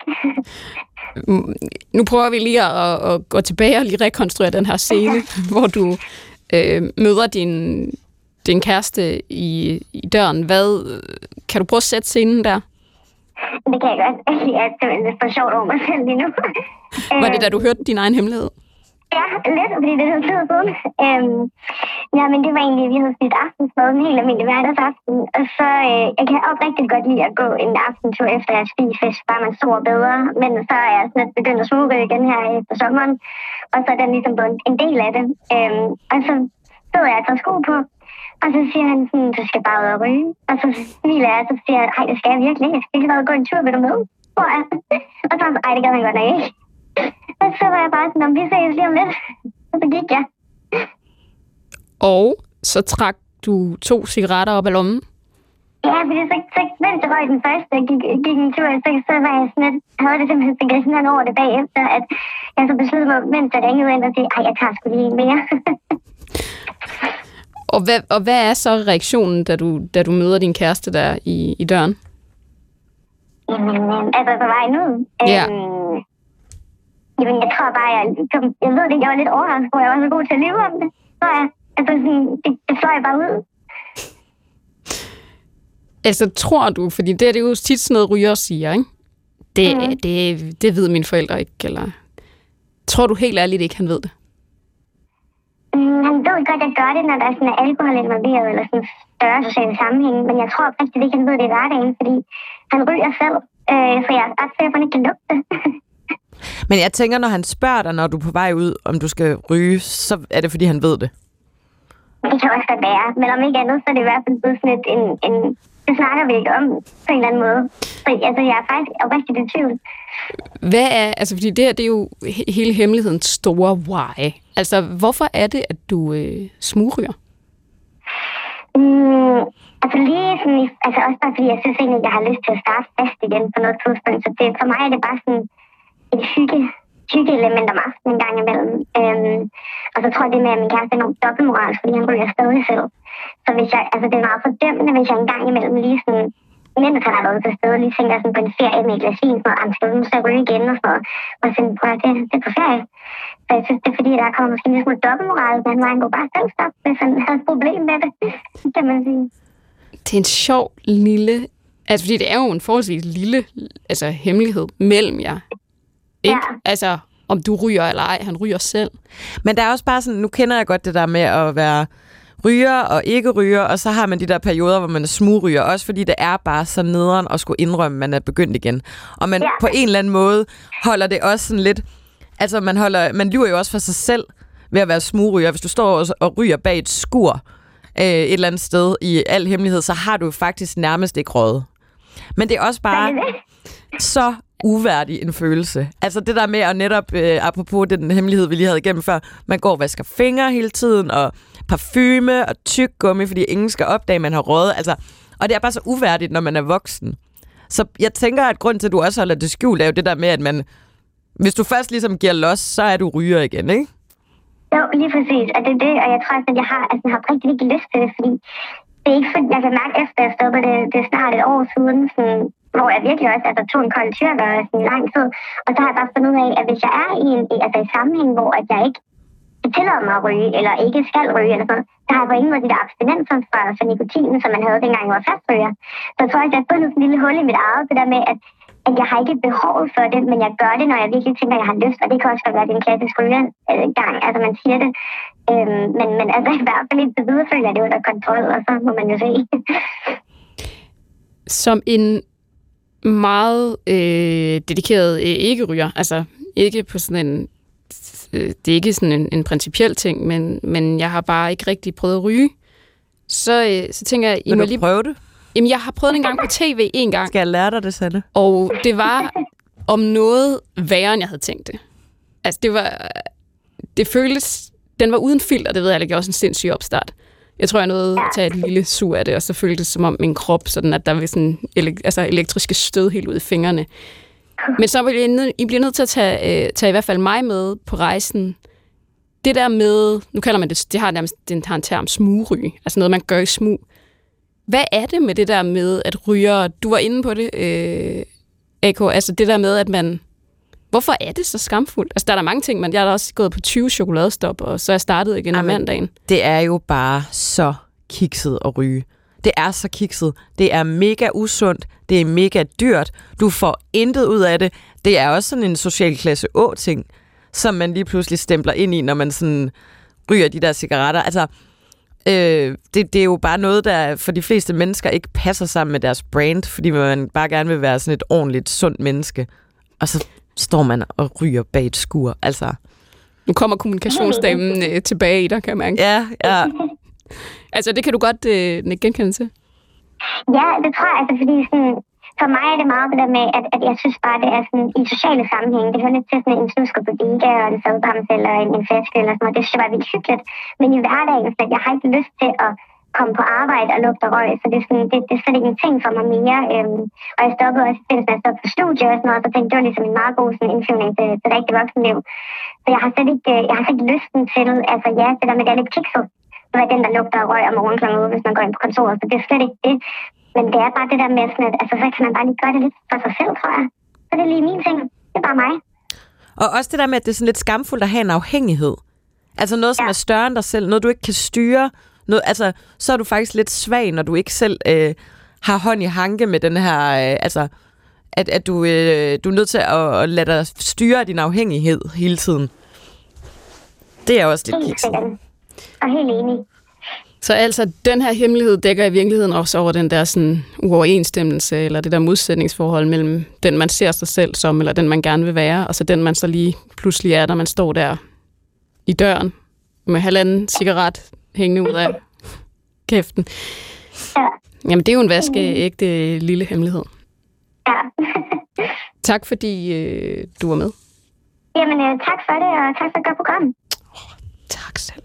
Nu prøver vi lige at gå tilbage og lige rekonstruere den her scene, hvor du møder din kæreste i døren. Kan du prøve at sætte scenen der? Det kan jeg godt. Jeg er lidt for sjovt over mig selv lige nu. Var det, da du hørte din egen hemmelighed? Ja, lidt, fordi det er tid siden. Ja, men det var egentlig, vi havde spist aftensmad, en helt almindelig hverdagsaften. Og så, jeg kan oprigtigt godt lide at gå en aftentur efter at spise fisk, bare man sover bedre. Men så er jeg sådan lidt begyndt at smugryge igen her på sommeren. Og så er den ligesom blevet en del af det. Og så sidder jeg og tager sko på. Og så siger han sådan, du skal bare ud og ryge. Og så smiler jeg, og så siger jeg, ej, det skal jeg virkelig ikke. Jeg skal ikke gå en tur, vil du med? Og så ej, det gad han godt nok ikke. Og så var jeg bare sådan, vi ses lige om lidt. Og så gik jeg. Og så trak du 2 cigaretter op af lommen? Ja, fordi så mens jeg røg den første, jeg gik en tur, så var jeg sådan lidt, havde det simpelthen så grisen over det bagefter, at jeg så besluttede mig, mens jeg ringede ind og sige, ej, jeg tager sgu lige en mere. Og hvad er så reaktionen, da du møder din kæreste der i døren? Jamen, altså på vejen ud. Ja. Jamen, jeg tror bare, jeg ved det ikke, jeg var lidt overrasket, hvor jeg var så god til at leve om det. Så altså, det fløj bare ud. Altså, tror du, fordi det er jo tit sådan noget, ryger siger, ikke? Det ved mine forældre ikke, eller... Tror du helt ærligt ikke, han ved det? Han ved godt, at jeg gør det, når der er sådan alkohol involveret, eller sådan større sociale sammenhæng, men jeg tror faktisk ikke, han ved det i hverdagen, fordi han ryger selv, så jeg er ret sikker på, at han ikke kan lugte det. Men jeg tænker, når han spørger dig, når du er på vej ud, om du skal ryge, så er det, fordi han ved det. Det kan også godt være, men om ikke andet, så er det i hvert fald blevet sådan en det snakker vi ikke om på en eller anden måde. Så altså, jeg er faktisk oprigtigt i tvivl. Hvad er, altså fordi det er jo hele hemmelighedens store why. Altså, hvorfor er det, at du smugryger? Altså lige sådan, altså også bare fordi jeg synes egentlig, at jeg har lyst til at starte fast igen på noget tidspunkt. Så det, for mig er det bare sådan et hygge-element om aftenen en gang imellem. Og så tror jeg det med, at min kæreste er enormt dobbeltmoral, fordi han ryger stadig selv. Så hvis jeg, altså det er meget fordømmende, hvis jeg en gang imellem lige sådan, mens han har været til stede, lige tænker sådan på en ferie med et glas vin, og han skal nu så ryge igen og sådan noget. Og sådan, prøv at det er på ferie. Så jeg synes, det er fordi, der kommer måske en lille smule dobbeltmoral, men han går bare selv stop, hvis han har et problem med det, kan man sige. Det er en sjov lille, altså fordi det er jo en forholdsvis lille hemmelighed mellem jer. Ikke? Ja. Altså, om du ryger eller ej, han ryger selv. Men der er også bare sådan, nu kender jeg godt det der med at være ryger og ikke ryger, og så har man de der perioder, hvor man er smugryger, også fordi det er bare så nederen at skulle indrømme, at man er begyndt igen. Og man på en eller anden måde holder det også sådan lidt, altså man lyver jo også for sig selv ved at være smugryger. Hvis du står og ryger bag et skur et eller andet sted i al hemmelighed, så har du faktisk nærmest ikke røget. Men det er også bare så uværdig en følelse. Altså det der med at netop, apropos den hemmelighed, vi lige havde igennem før, man går og vasker fingre hele tiden, og parfume og tyggegummi, fordi ingen skal opdage, at man har røget. Altså, og det er bare så uværdigt, når man er voksen. Så jeg tænker, at grund til, at du også holder det skjult, er jo det der med, at man, hvis du først ligesom giver los, så er du ryger igen, ikke? Jo, lige præcis. Og det er det, og jeg tror, at jeg har rigtig ikke lyst til det, fordi det er ikke fordi, jeg kan mærke efter, at jeg stoppede det er snart et år siden, sådan, hvor jeg virkelig også tog en kold tyrker i lang tid. Og så har jeg bare fundet ud af, at hvis jeg er i en sammenhæng, hvor at jeg ikke tillader mig at ryge, eller ikke skal ryge, eller sådan, så har jeg på ingen måde de der abstinenser fra nikotinen, som man havde dengang, jeg var fastryger. Så jeg tror, at jeg har fundet sådan en lille hul i mit eget, det der med, at jeg har ikke behov for det, men jeg gør det, når jeg virkelig tænker, at jeg har lyst, og det kan også være, det er en klassisk rygergang, altså man siger det. Men altså i hvert fald indtil videre føler jeg det under kontrol, og så må man jo se. Som en meget dedikeret ikke-ryger, altså ikke på sådan en, det er ikke sådan en principiel ting, men jeg har bare ikke rigtig prøvet at ryge. Så tænker jeg, Vil du prøve det? Jamen, jeg har prøvet det en gang på tv en gang. Skal jeg lære dig det, Sanne? Og det var om noget værre, end jeg havde tænkt det. Altså, det føltes, den var uden filter, det ved jeg ikke, også en sindssyg opstart. Jeg tror, jeg nåede at tage et lille sug af det, og så følte det som om min krop, sådan at der var sådan elektriske stød helt ud i fingrene. Men så I bliver nødt til at tage i hvert fald mig med på rejsen. Det der med, nu kalder man det har en term, smugryg, altså noget, man gør i smug. Hvad er det med det der med, at ryger, du var inde på det, AK, altså det der med, at man, hvorfor er det så skamfuldt? Altså der er der mange ting, men jeg har da også gået på 20 chokoladestop, og så er jeg startet igen om mandagen. Det er jo bare så kikset at ryge. Det er så kikset. Det er mega usundt. Det er mega dyrt. Du får intet ud af det. Det er også sådan en social klasse A-ting, som man lige pludselig stempler ind i, når man sådan ryger de der cigaretter. Altså, det er jo bare noget, der for de fleste mennesker ikke passer sammen med deres brand, fordi man bare gerne vil være sådan et ordentligt, sundt menneske. Og så står man og ryger bag et skur. Altså. Nu kommer kommunikationsdamen tilbage i dig, kan man. Ja. Altså, det kan du godt genkende til. Ja, det tror jeg, altså, fordi sådan, for mig er det meget det der med, at jeg synes bare, det er sådan i sociale sammenhæng. Det hører lidt til sådan en snusker på bodega og en fadbamse eller en fest eller sådan noget. Det synes jeg bare er vildt hyggeligt. Men i hverdagen, så jeg har ikke lyst til at komme på arbejde og lugte røg, så det er, sådan, det er slet ikke en ting for mig mere. Og jeg stoppede også i forbindelse med at stoppe på studie og sådan noget, så tænkte det var ligesom en meget god sådan, indflyvning til rigtig voksenliv. Så jeg har slet ikke lysten til, altså ja, det der med det er lidt kikset. Det er den, der lugter af røg om morgenen kl. 8, hvis man går ind på kontoret, så det er slet ikke det. Men det er bare det der med sådan, at altså, så kan man bare lige gøre det lidt for sig selv, tror jeg. Så det er lige min ting. Det er bare mig. Og også det der med, at det er sådan lidt skamfuldt at have en afhængighed. Altså noget, som er større end dig selv. Noget, du ikke kan styre. Noget, altså, så er du faktisk lidt svag, når du ikke selv har hånd i hanke med den her... at du er nødt til at lade dig styre din afhængighed hele tiden. Det er også lidt kikset. Og helt enig. Så altså, den her hemmelighed dækker i virkeligheden også over den der sådan uoverensstemmelse, eller det der modsætningsforhold mellem den, man ser sig selv som, eller den, man gerne vil være, og så den, man så lige pludselig er, når man står der i døren med halvanden cigaret hængende ud af kæften. Ja. Jamen, det er jo en vaskeægte lille hemmelighed. Ja. Tak, fordi du var med. Jamen, tak for det, og tak for et godt program. Tak selv.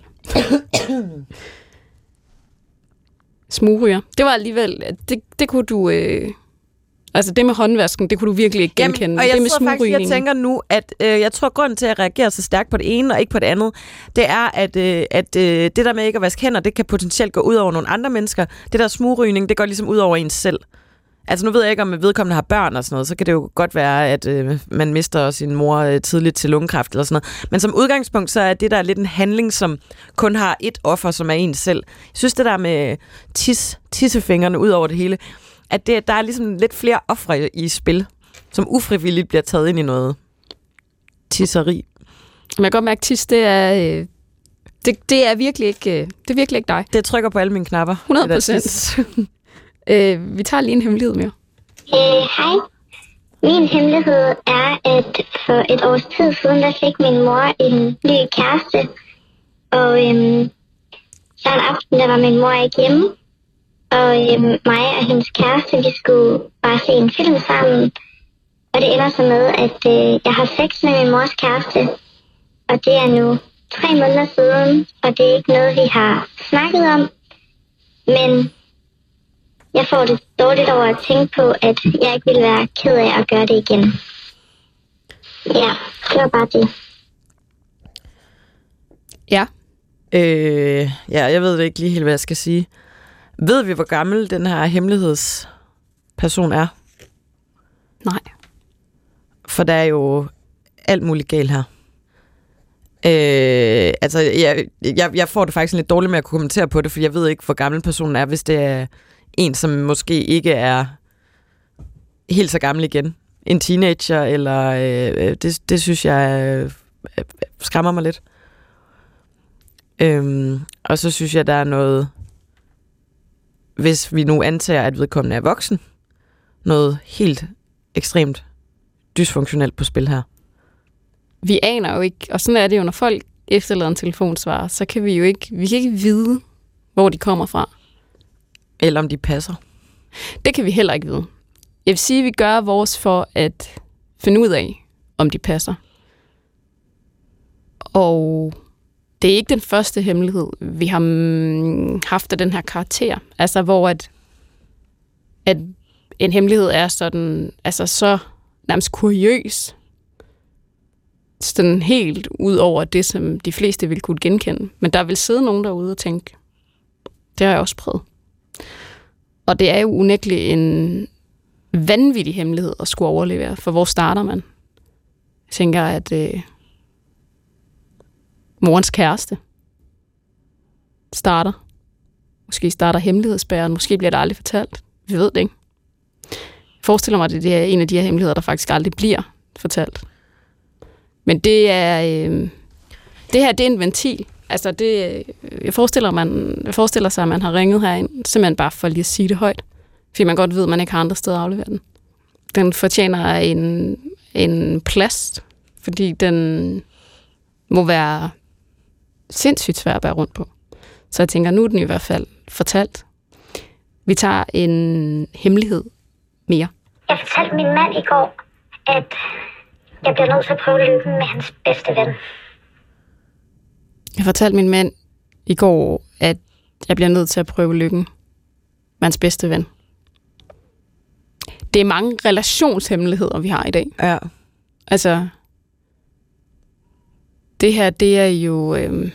Smugryger. Det var alligevel... Det kunne du... altså det med håndvasken, det kunne du virkelig ikke genkende. Jamen, og jeg det med tror faktisk, jeg tænker nu, at jeg tror, grunden til at reagere så stærkt på det ene og ikke på det andet, det er, at det der med ikke at vaske hænder, det kan potentielt gå ud over nogle andre mennesker. Det der smugrygning, det går ligesom ud over ens selv. Altså nu ved jeg ikke, om vedkommende har børn og sådan noget, så kan det jo godt være, at man mister sin mor tidligt til lungekræft eller sådan noget. Men som udgangspunkt, så er det der lidt en handling, som kun har et offer, som er en selv. Jeg synes, det der med tissefingrene ud over det hele, at der er ligesom lidt flere ofre i spil, som ufrivilligt bliver taget ind i noget tisseri. Man kan godt mærke, at tis, det er virkelig ikke dig. Det trykker på alle mine knapper. 100%. Vi tager lige en hemmelighed mere. Hej. Min hemmelighed er, at for et års tid siden, der fik min mor en ny kæreste. Og så en aften, der var min mor ikke hjemme. Og mig og hendes kæreste, vi skulle bare se en film sammen. Og det ender så med, at jeg har sex med min mors kæreste. Og det er nu 3 måneder siden, og det er ikke noget, vi har snakket om. Men jeg får det dårligt over at tænke på, at jeg ikke ville være ked af at gøre det igen. Ja, det var bare det. Ja. Jeg ved ikke lige helt, hvad jeg skal sige. Ved vi, hvor gammel den her hemmelighedsperson er? Nej. For der er jo alt muligt galt her. Altså, jeg får det faktisk lidt dårligt med at kunne kommentere på det, for jeg ved ikke, hvor gammel personen er, hvis det er en, som måske ikke er helt så gammel igen. En teenager, eller det synes jeg skræmmer mig lidt. Og så synes jeg, der er noget, hvis vi nu antager, at vedkommende er voksen, noget helt ekstremt dysfunktionelt på spil her. Vi aner jo ikke, og sådan er det jo, når folk efterlader en telefonsvarer, så kan vi kan ikke vide, hvor de kommer fra. Eller om de passer. Det kan vi heller ikke vide. Jeg vil sige, at vi gør vores for at finde ud af, om de passer. Og det er ikke den første hemmelighed, vi har haft af den her karakter. Altså, hvor at en hemmelighed er sådan, altså så nærmest kuriøs, sådan helt ud over det, som de fleste vil kunne genkende. Men der vil sidde nogen derude og tænke, det har jeg også prøvet. Og det er jo unægteligt en vanvittig hemmelighed at skulle overlevere, for hvor starter man? Jeg tænker, at morens kæreste starter. Måske starter hemmelighedsbæren, måske bliver det aldrig fortalt. Vi ved det ikke. Jeg forestiller mig, at det er en af de her hemmeligheder, der faktisk aldrig bliver fortalt. Men det er det her, det er en ventil. Altså det, jeg forestiller sig, at man har ringet herind, simpelthen bare for lige at sige det højt. Fordi man godt ved, at man ikke har andre steder at aflevere den. Den fortjener en plads, fordi den må være sindssygt svær at bære rundt på. Så jeg tænker, nu er den i hvert fald fortalt. Vi tager en hemmelighed mere. Jeg fortalte min mand i går, at jeg bliver nødt til at prøve lykken med hans bedste ven. Jeg fortalte min mand i går, at jeg bliver nødt til at prøve lykken med hans bedste ven. Det er mange relationshemmeligheder, vi har i dag. Ja. Altså, det her, det er jo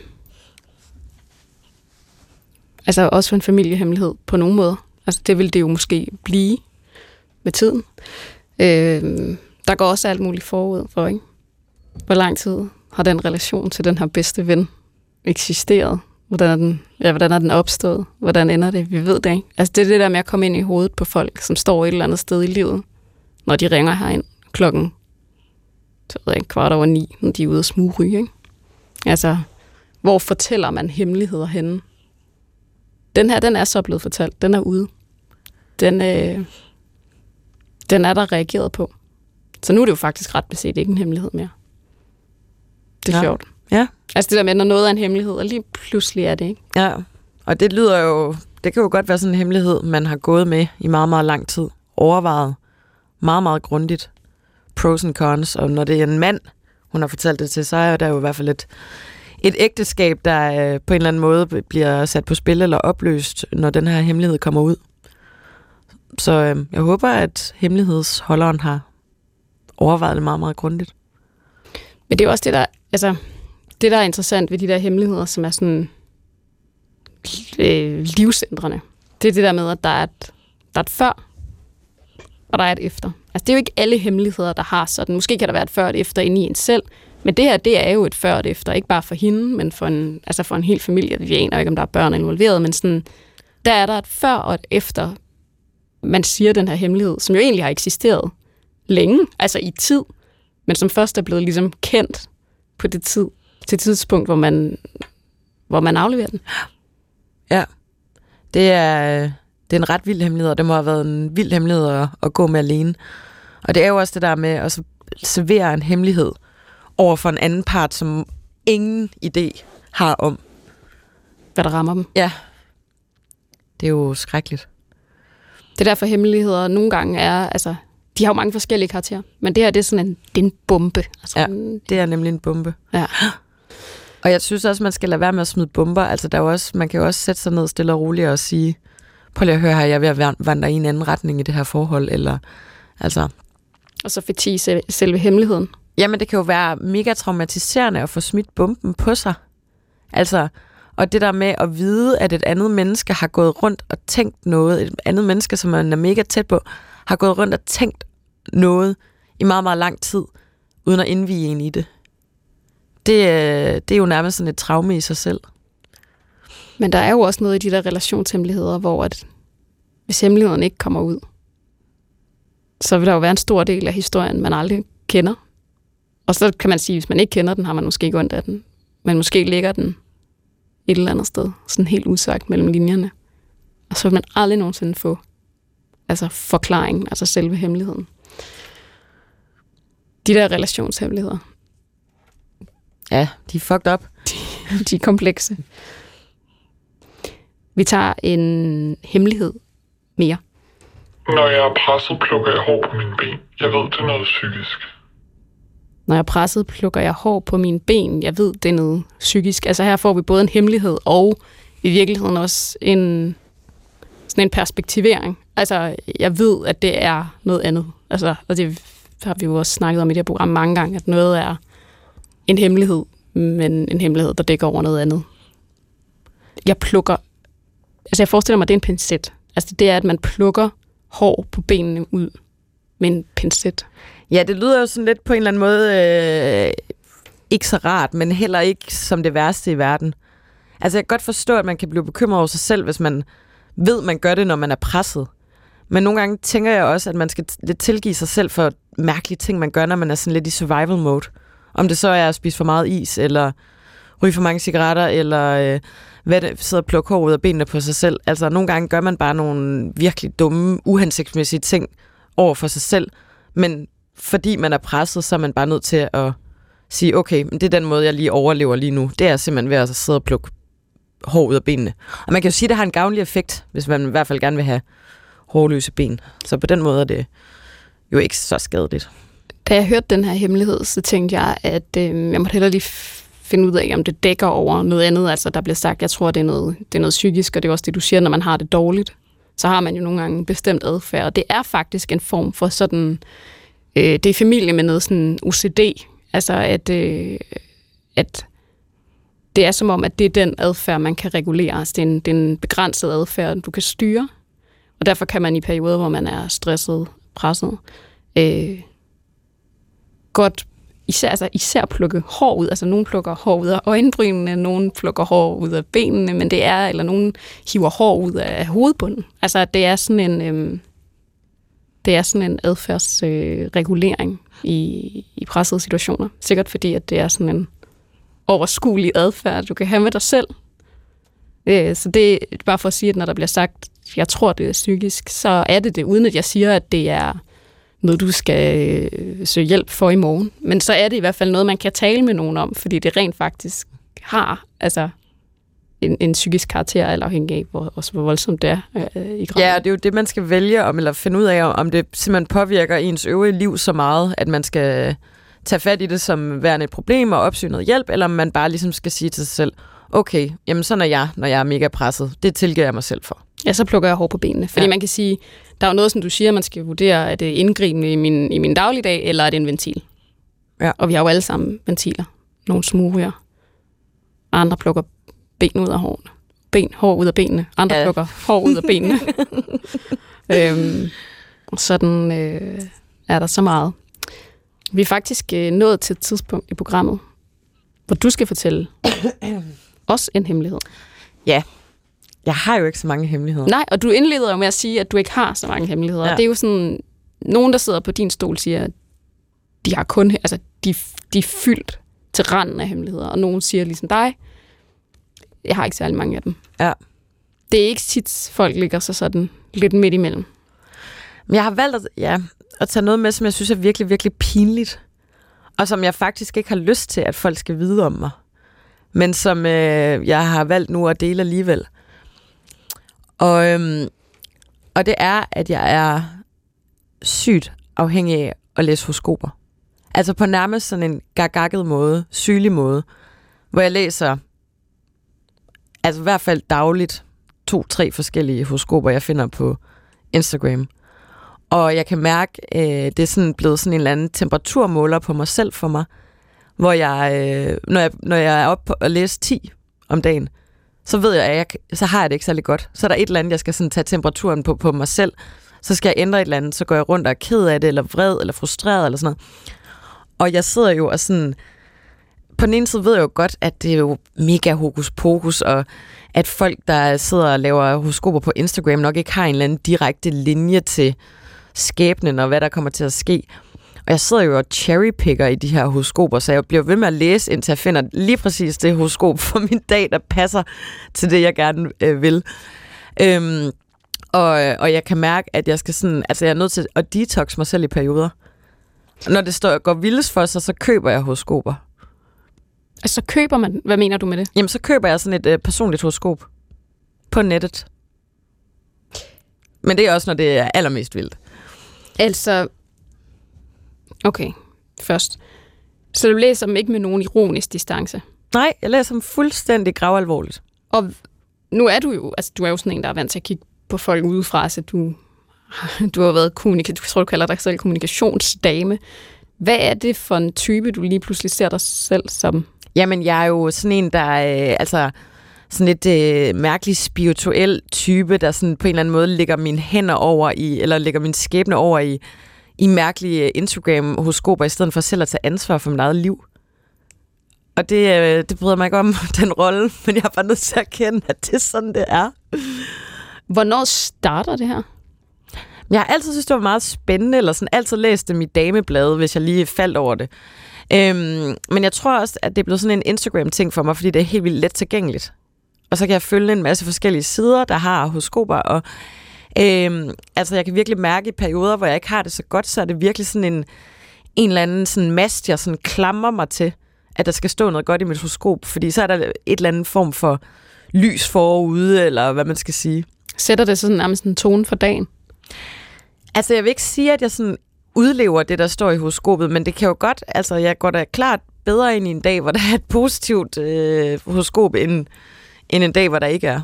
altså også en familiehemmelighed på nogen måde. Altså, det vil det jo måske blive med tiden. Der går også alt muligt forud for, ikke? Hvor lang tid har den relation til den her bedste ven eksisteret? Hvordan er den opstået? Hvordan ender det? Vi ved det ikke. Altså, det er det der med at komme ind i hovedet på folk, som står et eller andet sted i livet, når de ringer herind klokken 9:15, når de er ude at smugryge, ikke? Altså, hvor fortæller man hemmeligheder henne? Den her, den er så blevet fortalt. Den er ude. Den er der reageret på. Så nu er det jo faktisk ret beset ikke en hemmelighed mere. Det er sjovt. Ja. Altså det der med, når noget er en hemmelighed, og lige pludselig er det ikke. Ja, og det lyder jo, det kan jo godt være sådan en hemmelighed, man har gået med i meget, meget lang tid. Overvejet meget, meget grundigt. Pros and cons, og når det er en mand, hun har fortalt det til, så er der jo i hvert fald et ægteskab, der på en eller anden måde bliver sat på spil eller opløst, når den her hemmelighed kommer ud. Så jeg håber, at hemmelighedsholderen har overvejet det meget, meget grundigt. Men det er også det, der, altså, det, der er interessant ved de der hemmeligheder, som er sådan livsændrende. Det er det der med, at der er et før, og der er et efter. Altså, det er jo ikke alle hemmeligheder, der har sådan. Måske kan der være et før og et efter inde i en selv, men det her, det er jo et før og et efter. Ikke bare for hende, men for en hel familie. Vi aner ikke, om der er børn involveret, men sådan, der er der et før og et efter, man siger den her hemmelighed, som jo egentlig har eksisteret længe, altså i tid, men som først er blevet ligesom kendt på det tidspunkt, hvor man afleverer den. Ja, det er en ret vild hemmelighed, og det må have været en vild hemmelighed at gå med alene. Og det er jo også det der med at servere en hemmelighed over for en anden part, som ingen idé har om. Hvad der rammer dem. Ja, det er jo skrækkeligt. Det er derfor hemmeligheder nogle gange er, altså, de har jo mange forskellige karakterer, men det her, det er sådan en bombe. Altså, ja, det er nemlig en bombe. Ja. Og jeg synes også, man skal lade være med at smide bomber. Altså, der er også, man kan jo også sætte sig ned stille og roligt og sige, prøv lige at høre her, jeg er ved at vandre i en anden retning i det her forhold, eller altså. Og så fortige selve hemmeligheden. Jamen, det kan jo være mega traumatiserende at få smidt bomben på sig. Altså, og det der med at vide, at et andet menneske har gået rundt og tænkt noget, et andet menneske, som man er mega tæt på, har gået rundt og tænkt noget i meget, meget lang tid, uden at indvie en i det. Det er jo nærmest sådan et traume i sig selv. Men der er jo også noget i de der relationshemmeligheder, hvor at, hvis hemmeligheden ikke kommer ud, så vil der jo være en stor del af historien, man aldrig kender. Og så kan man sige, at hvis man ikke kender den, har man måske ikke ondt af den. Men måske ligger den et eller andet sted, sådan helt usagt mellem linjerne. Og så vil man aldrig nogensinde få forklaringen, altså selve hemmeligheden. De der relationshemmeligheder. Ja, de er fucked up. De er komplekse. Vi tager en hemmelighed mere. Når jeg er presset, plukker jeg hår på mine ben. Jeg ved, det er noget psykisk. Når jeg er presset, plukker jeg hår på mine ben. Jeg ved, det er noget psykisk. Altså her får vi både en hemmelighed og i virkeligheden også sådan en perspektivering. Altså jeg ved, at det er noget andet. Altså, og det har vi jo også snakket om i det her program mange gange, at noget er en hemmelighed, men en hemmelighed, der dækker over noget andet. Jeg forestiller mig, at det er en pincet. Altså det er, at man plukker hår på benene ud med en pincet. Ja, det lyder jo sådan lidt på en eller anden måde ikke så rart, men heller ikke som det værste i verden. Altså jeg kan godt forstå, at man kan blive bekymret over sig selv, hvis man ved, at man gør det, når man er presset. Men nogle gange tænker jeg også, at man skal lidt tilgive sig selv for mærkelige ting, man gør, når man er sådan lidt i survival mode. Om det så er at spise for meget is, eller ryge for mange cigaretter, eller sidde og plukke hår ud af benene på sig selv. Altså nogle gange gør man bare nogle virkelig dumme, uhensigtsmæssige ting over for sig selv. Men fordi man er presset, så er man bare nødt til at sige, okay, det er den måde, jeg lige overlever lige nu. Det er simpelthen ved at sidde og plukke hår ud af benene. Og man kan jo sige, at det har en gavnlig effekt, hvis man i hvert fald gerne vil have hårløse ben. Så på den måde er det jo ikke så skadeligt. Da jeg hørte den her hemmelighed, så tænkte jeg, at jeg måtte hellere lige finde ud af, om det dækker over noget andet. Altså der bliver sagt, jeg tror, det er noget psykisk, og det er også det, du siger, når man har det dårligt. Så har man jo nogle gange bestemt adfærd. Og det er faktisk en form for sådan, det er i familie med noget sådan OCD. Altså at det er som om, at det er den adfærd, man kan regulere. Altså det er en begrænset adfærd, du kan styre. Og derfor kan man i perioder, hvor man er stresset, presset, godt især plukke hår ud. Altså nogen plukker hår ud af øjenbrynene, nogen plukker hår ud af benene, men eller nogen hiver hår ud af hovedbunden. Altså det er sådan en adfærdsregulering i pressede situationer. Sikkert fordi, at det er sådan en overskuelig adfærd, du kan have med dig selv. Så det er bare for at sige, at når der bliver sagt, jeg tror, det er psykisk, så er det, uden at jeg siger, at det er noget, du skal søge hjælp for i morgen. Men så er det i hvert fald noget, man kan tale med nogen om, fordi det rent faktisk har en psykisk karakter, eller afhængig af, hvor voldsomt det er i graden. Ja, det er jo det, man skal vælge om, eller finde ud af, om det simpelthen påvirker ens øvrige liv så meget, at man skal tage fat i det som værende et problem og opsøge noget hjælp, eller om man bare ligesom skal sige til sig selv, okay, jamen sådan er jeg, når jeg er mega presset. Det tilgiver jeg mig selv for. Ja, så plukker jeg hår på benene. Fordi man kan sige, der er jo noget, som du siger, man skal vurdere, er det indgribende i min dagligdag, eller er det en ventil? Ja. Og vi har jo alle sammen ventiler. Nogle smugryger. Andre plukker ben ud af hårene. Hår ud af benene. Andre plukker hår ud af benene. Sådan er der så meget. Vi er faktisk nået til et tidspunkt i programmet, hvor du skal fortælle os en hemmelighed. Ja. Jeg har jo ikke så mange hemmeligheder. Nej, og du indleder jo med at sige, at du ikke har så mange hemmeligheder. Ja. Det er jo sådan, nogen, der sidder på din stol, siger, at de har kun, altså de er fyldt til randen af hemmeligheder. Og nogen siger ligesom dig, jeg har ikke særlig mange af dem. Ja. Det er ikke tit, folk ligger så sådan lidt midt imellem. Men jeg har valgt at tage noget med, som jeg synes er virkelig, virkelig pinligt. Og som jeg faktisk ikke har lyst til, at folk skal vide om mig. Men som jeg har valgt nu at dele alligevel. Og det er, at jeg er sygt afhængig af at læse horoskoper. Altså på nærmest sådan en gagagget måde, sygelig måde, hvor jeg læser, altså i hvert fald dagligt, 2-3 forskellige horoskoper, jeg finder på Instagram. Og jeg kan mærke, det er sådan blevet sådan en eller anden temperaturmåler på mig selv for mig, hvor jeg, når jeg er oppe på at læse 10 om dagen, så ved jeg, så har jeg det ikke særlig godt. Så er der et eller andet, jeg skal sådan tage temperaturen på mig selv. Så skal jeg ændre et eller andet, så går jeg rundt og er ked af det, eller vred, eller frustreret, eller sådan noget. Og jeg sidder jo og sådan, på den ene side ved jeg jo godt, at det er jo mega hokus pokus, og at folk, der sidder og laver horoskoper på Instagram, nok ikke har en eller anden direkte linje til skæbnen, og hvad der kommer til at ske. Og jeg sidder jo og cherrypicker i de her horoskoper, så jeg bliver ved med at læse, indtil jeg finder lige præcis det horoskop for min dag, der passer til det, jeg gerne vil. Og jeg kan mærke, at jeg skal sådan, altså jeg er nødt til at detox mig selv i perioder. Når det går vildest for sig, så køber jeg horoskoper. Altså så køber man, hvad mener du med det? Jamen så køber jeg sådan et personligt horoskop på nettet. Men det er også, når det er allermest vildt. Altså, okay, først. Så du læser dem ikke med nogen ironisk distance? Nej, jeg læser dem fuldstændig gravalvorligt. Og nu er du jo, altså du er jo sådan en, der er vant til at kigge på folk udefra, så du har været jeg tror, du kalder dig selv kommunikationsdame. Hvad er det for en type, du lige pludselig ser dig selv som? Jamen, jeg er jo sådan en, der altså sådan et mærkeligt spirituel type, der sådan på en eller anden måde lægger mine hænder over i, eller lægger min skæbne over i mærkelige Instagram-horoskoper, i stedet for selv at tage ansvar for mit eget liv. Og det bryder mig ikke om, den rolle, men jeg er bare nødt til at erkende, at det er sådan, det er. Hvornår starter det her? Jeg har altid synes, det var meget spændende, eller sådan altid læst dem i dameblade, hvis jeg lige faldt over det. Men jeg tror også, at det er blevet sådan en Instagram-ting for mig, fordi det er helt vildt let tilgængeligt. Og så kan jeg følge en masse forskellige sider, der har horoskoper, og altså jeg kan virkelig mærke i perioder, hvor jeg ikke har det så godt, så er det virkelig sådan en eller anden sådan mast, jeg sådan klamrer mig til, at der skal stå noget godt i mit horoskop, fordi så er der et eller andet form for lys forude, eller hvad man skal sige. Sætter det sådan nærmest en tone for dagen? Altså jeg vil ikke sige, at jeg sådan udlever det, der står i horoskopet, men det kan jo godt, altså jeg går da klart bedre ind i en dag, hvor der er et positivt horoskop, end en dag, hvor der ikke er.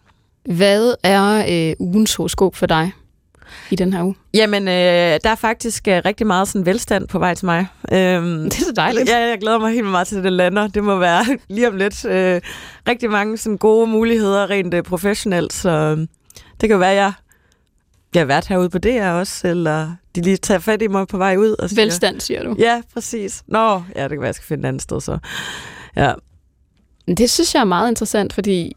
Hvad er ugens horoskop for dig i den her uge? Jamen, der er faktisk rigtig meget sådan velstand på vej til mig. Det er så dejligt. Ja, jeg glæder mig helt meget til, det lander. Det må være lige om lidt. Rigtig mange sådan gode muligheder rent professionelt, så det kan være, jeg har været herude på DR også, eller de lige tager fat i mig på vej ud. Og Velstand, siger du? Ja, præcis. Ja, det kan være, jeg skal finde et andet sted så. Ja. Det synes jeg er meget interessant, fordi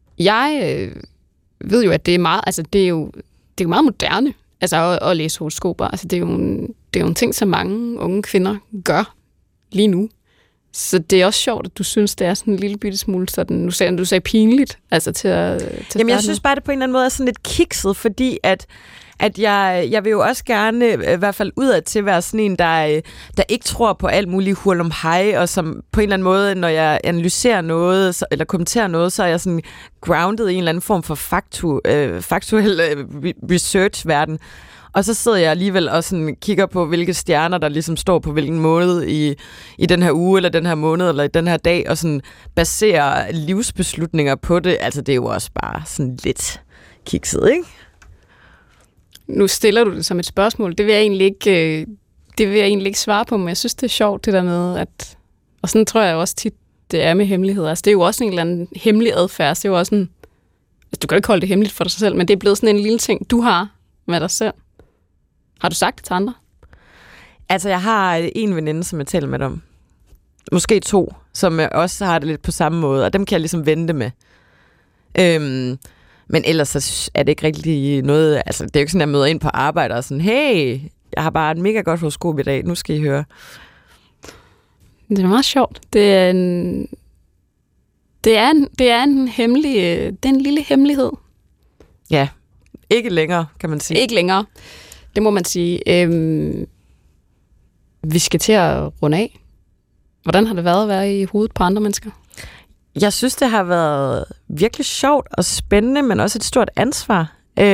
jeg ved jo, at det er meget, altså det er jo meget moderne, altså at læse horoskoper. Altså det er jo en ting, som mange unge kvinder gør lige nu. Så det er også sjovt, at du synes, det er sådan en lille bitte smule sådan, du sagde pinligt, altså til Jamen jeg synes bare, det på en eller anden måde er sådan lidt kikset, fordi at jeg vil jo også gerne, i hvert fald udad til, være sådan en, der ikke tror på alt muligt hurlumhej, og som på en eller anden måde, når jeg analyserer noget, eller kommenterer noget, så er jeg sådan grounded i en eller anden form for faktuel research-verden. Og så sidder jeg alligevel og sådan kigger på, hvilke stjerner, der ligesom står på hvilken måde i den her uge, eller den her måned, eller i den her dag, og sådan baserer livsbeslutninger på det. Altså, det er jo også bare sådan lidt kikset, ikke? Nu stiller du det som et spørgsmål. Det vil jeg egentlig ikke svare på, men jeg synes, det er sjovt, det der med, at... Og sådan tror jeg også tit, det er med hemmeligheder. Altså, det er jo også en eller anden hemmelig adfærd. Det er jo også en... Altså, du kan ikke holde det hemmeligt for dig selv, men det er blevet sådan en lille ting, du har med dig selv. Har du sagt det til andre? Altså, jeg har en veninde, som jeg taler med om. Måske 2, som også har det lidt på samme måde, og dem kan jeg ligesom vente med. Men ellers så er det ikke rigtig noget... Altså, det er jo ikke sådan, at jeg møder ind på arbejde og sådan, hey, jeg har bare et mega godt horoskop i dag, nu skal I høre. Det er meget sjovt. Det er en hemmelig... Det er en lille hemmelighed. Ja, ikke længere, kan man sige. Ikke længere. Det må man sige. Vi skal til at runde af. Hvordan har det været at være i hovedet på andre mennesker? Jeg synes, det har været virkelig sjovt og spændende, men også et stort ansvar.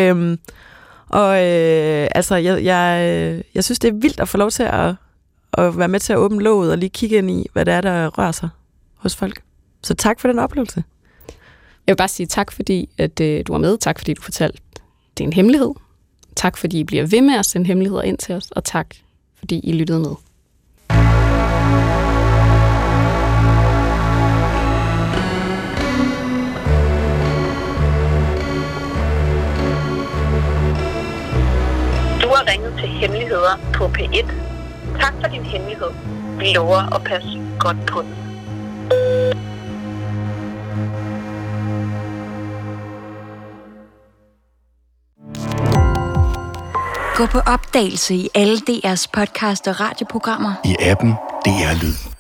Altså, jeg synes, det er vildt at få lov til at være med til at åbne låget og lige kigge ind i, hvad det er, der rører sig hos folk. Så tak for den oplevelse. Jeg vil bare sige tak, fordi at du var med. Tak, fordi du fortalte, det er en hemmelighed. Tak, fordi I bliver ved med at sende hemmeligheder ind til os. Og tak, fordi I lyttede med. Du har ringet til Hemmeligheder på P1. Tak for din hemmelighed. Vi lover at passe godt på den. Gå på opdagelse i alle DR's podcast og radioprogrammer. I appen DR Lyd.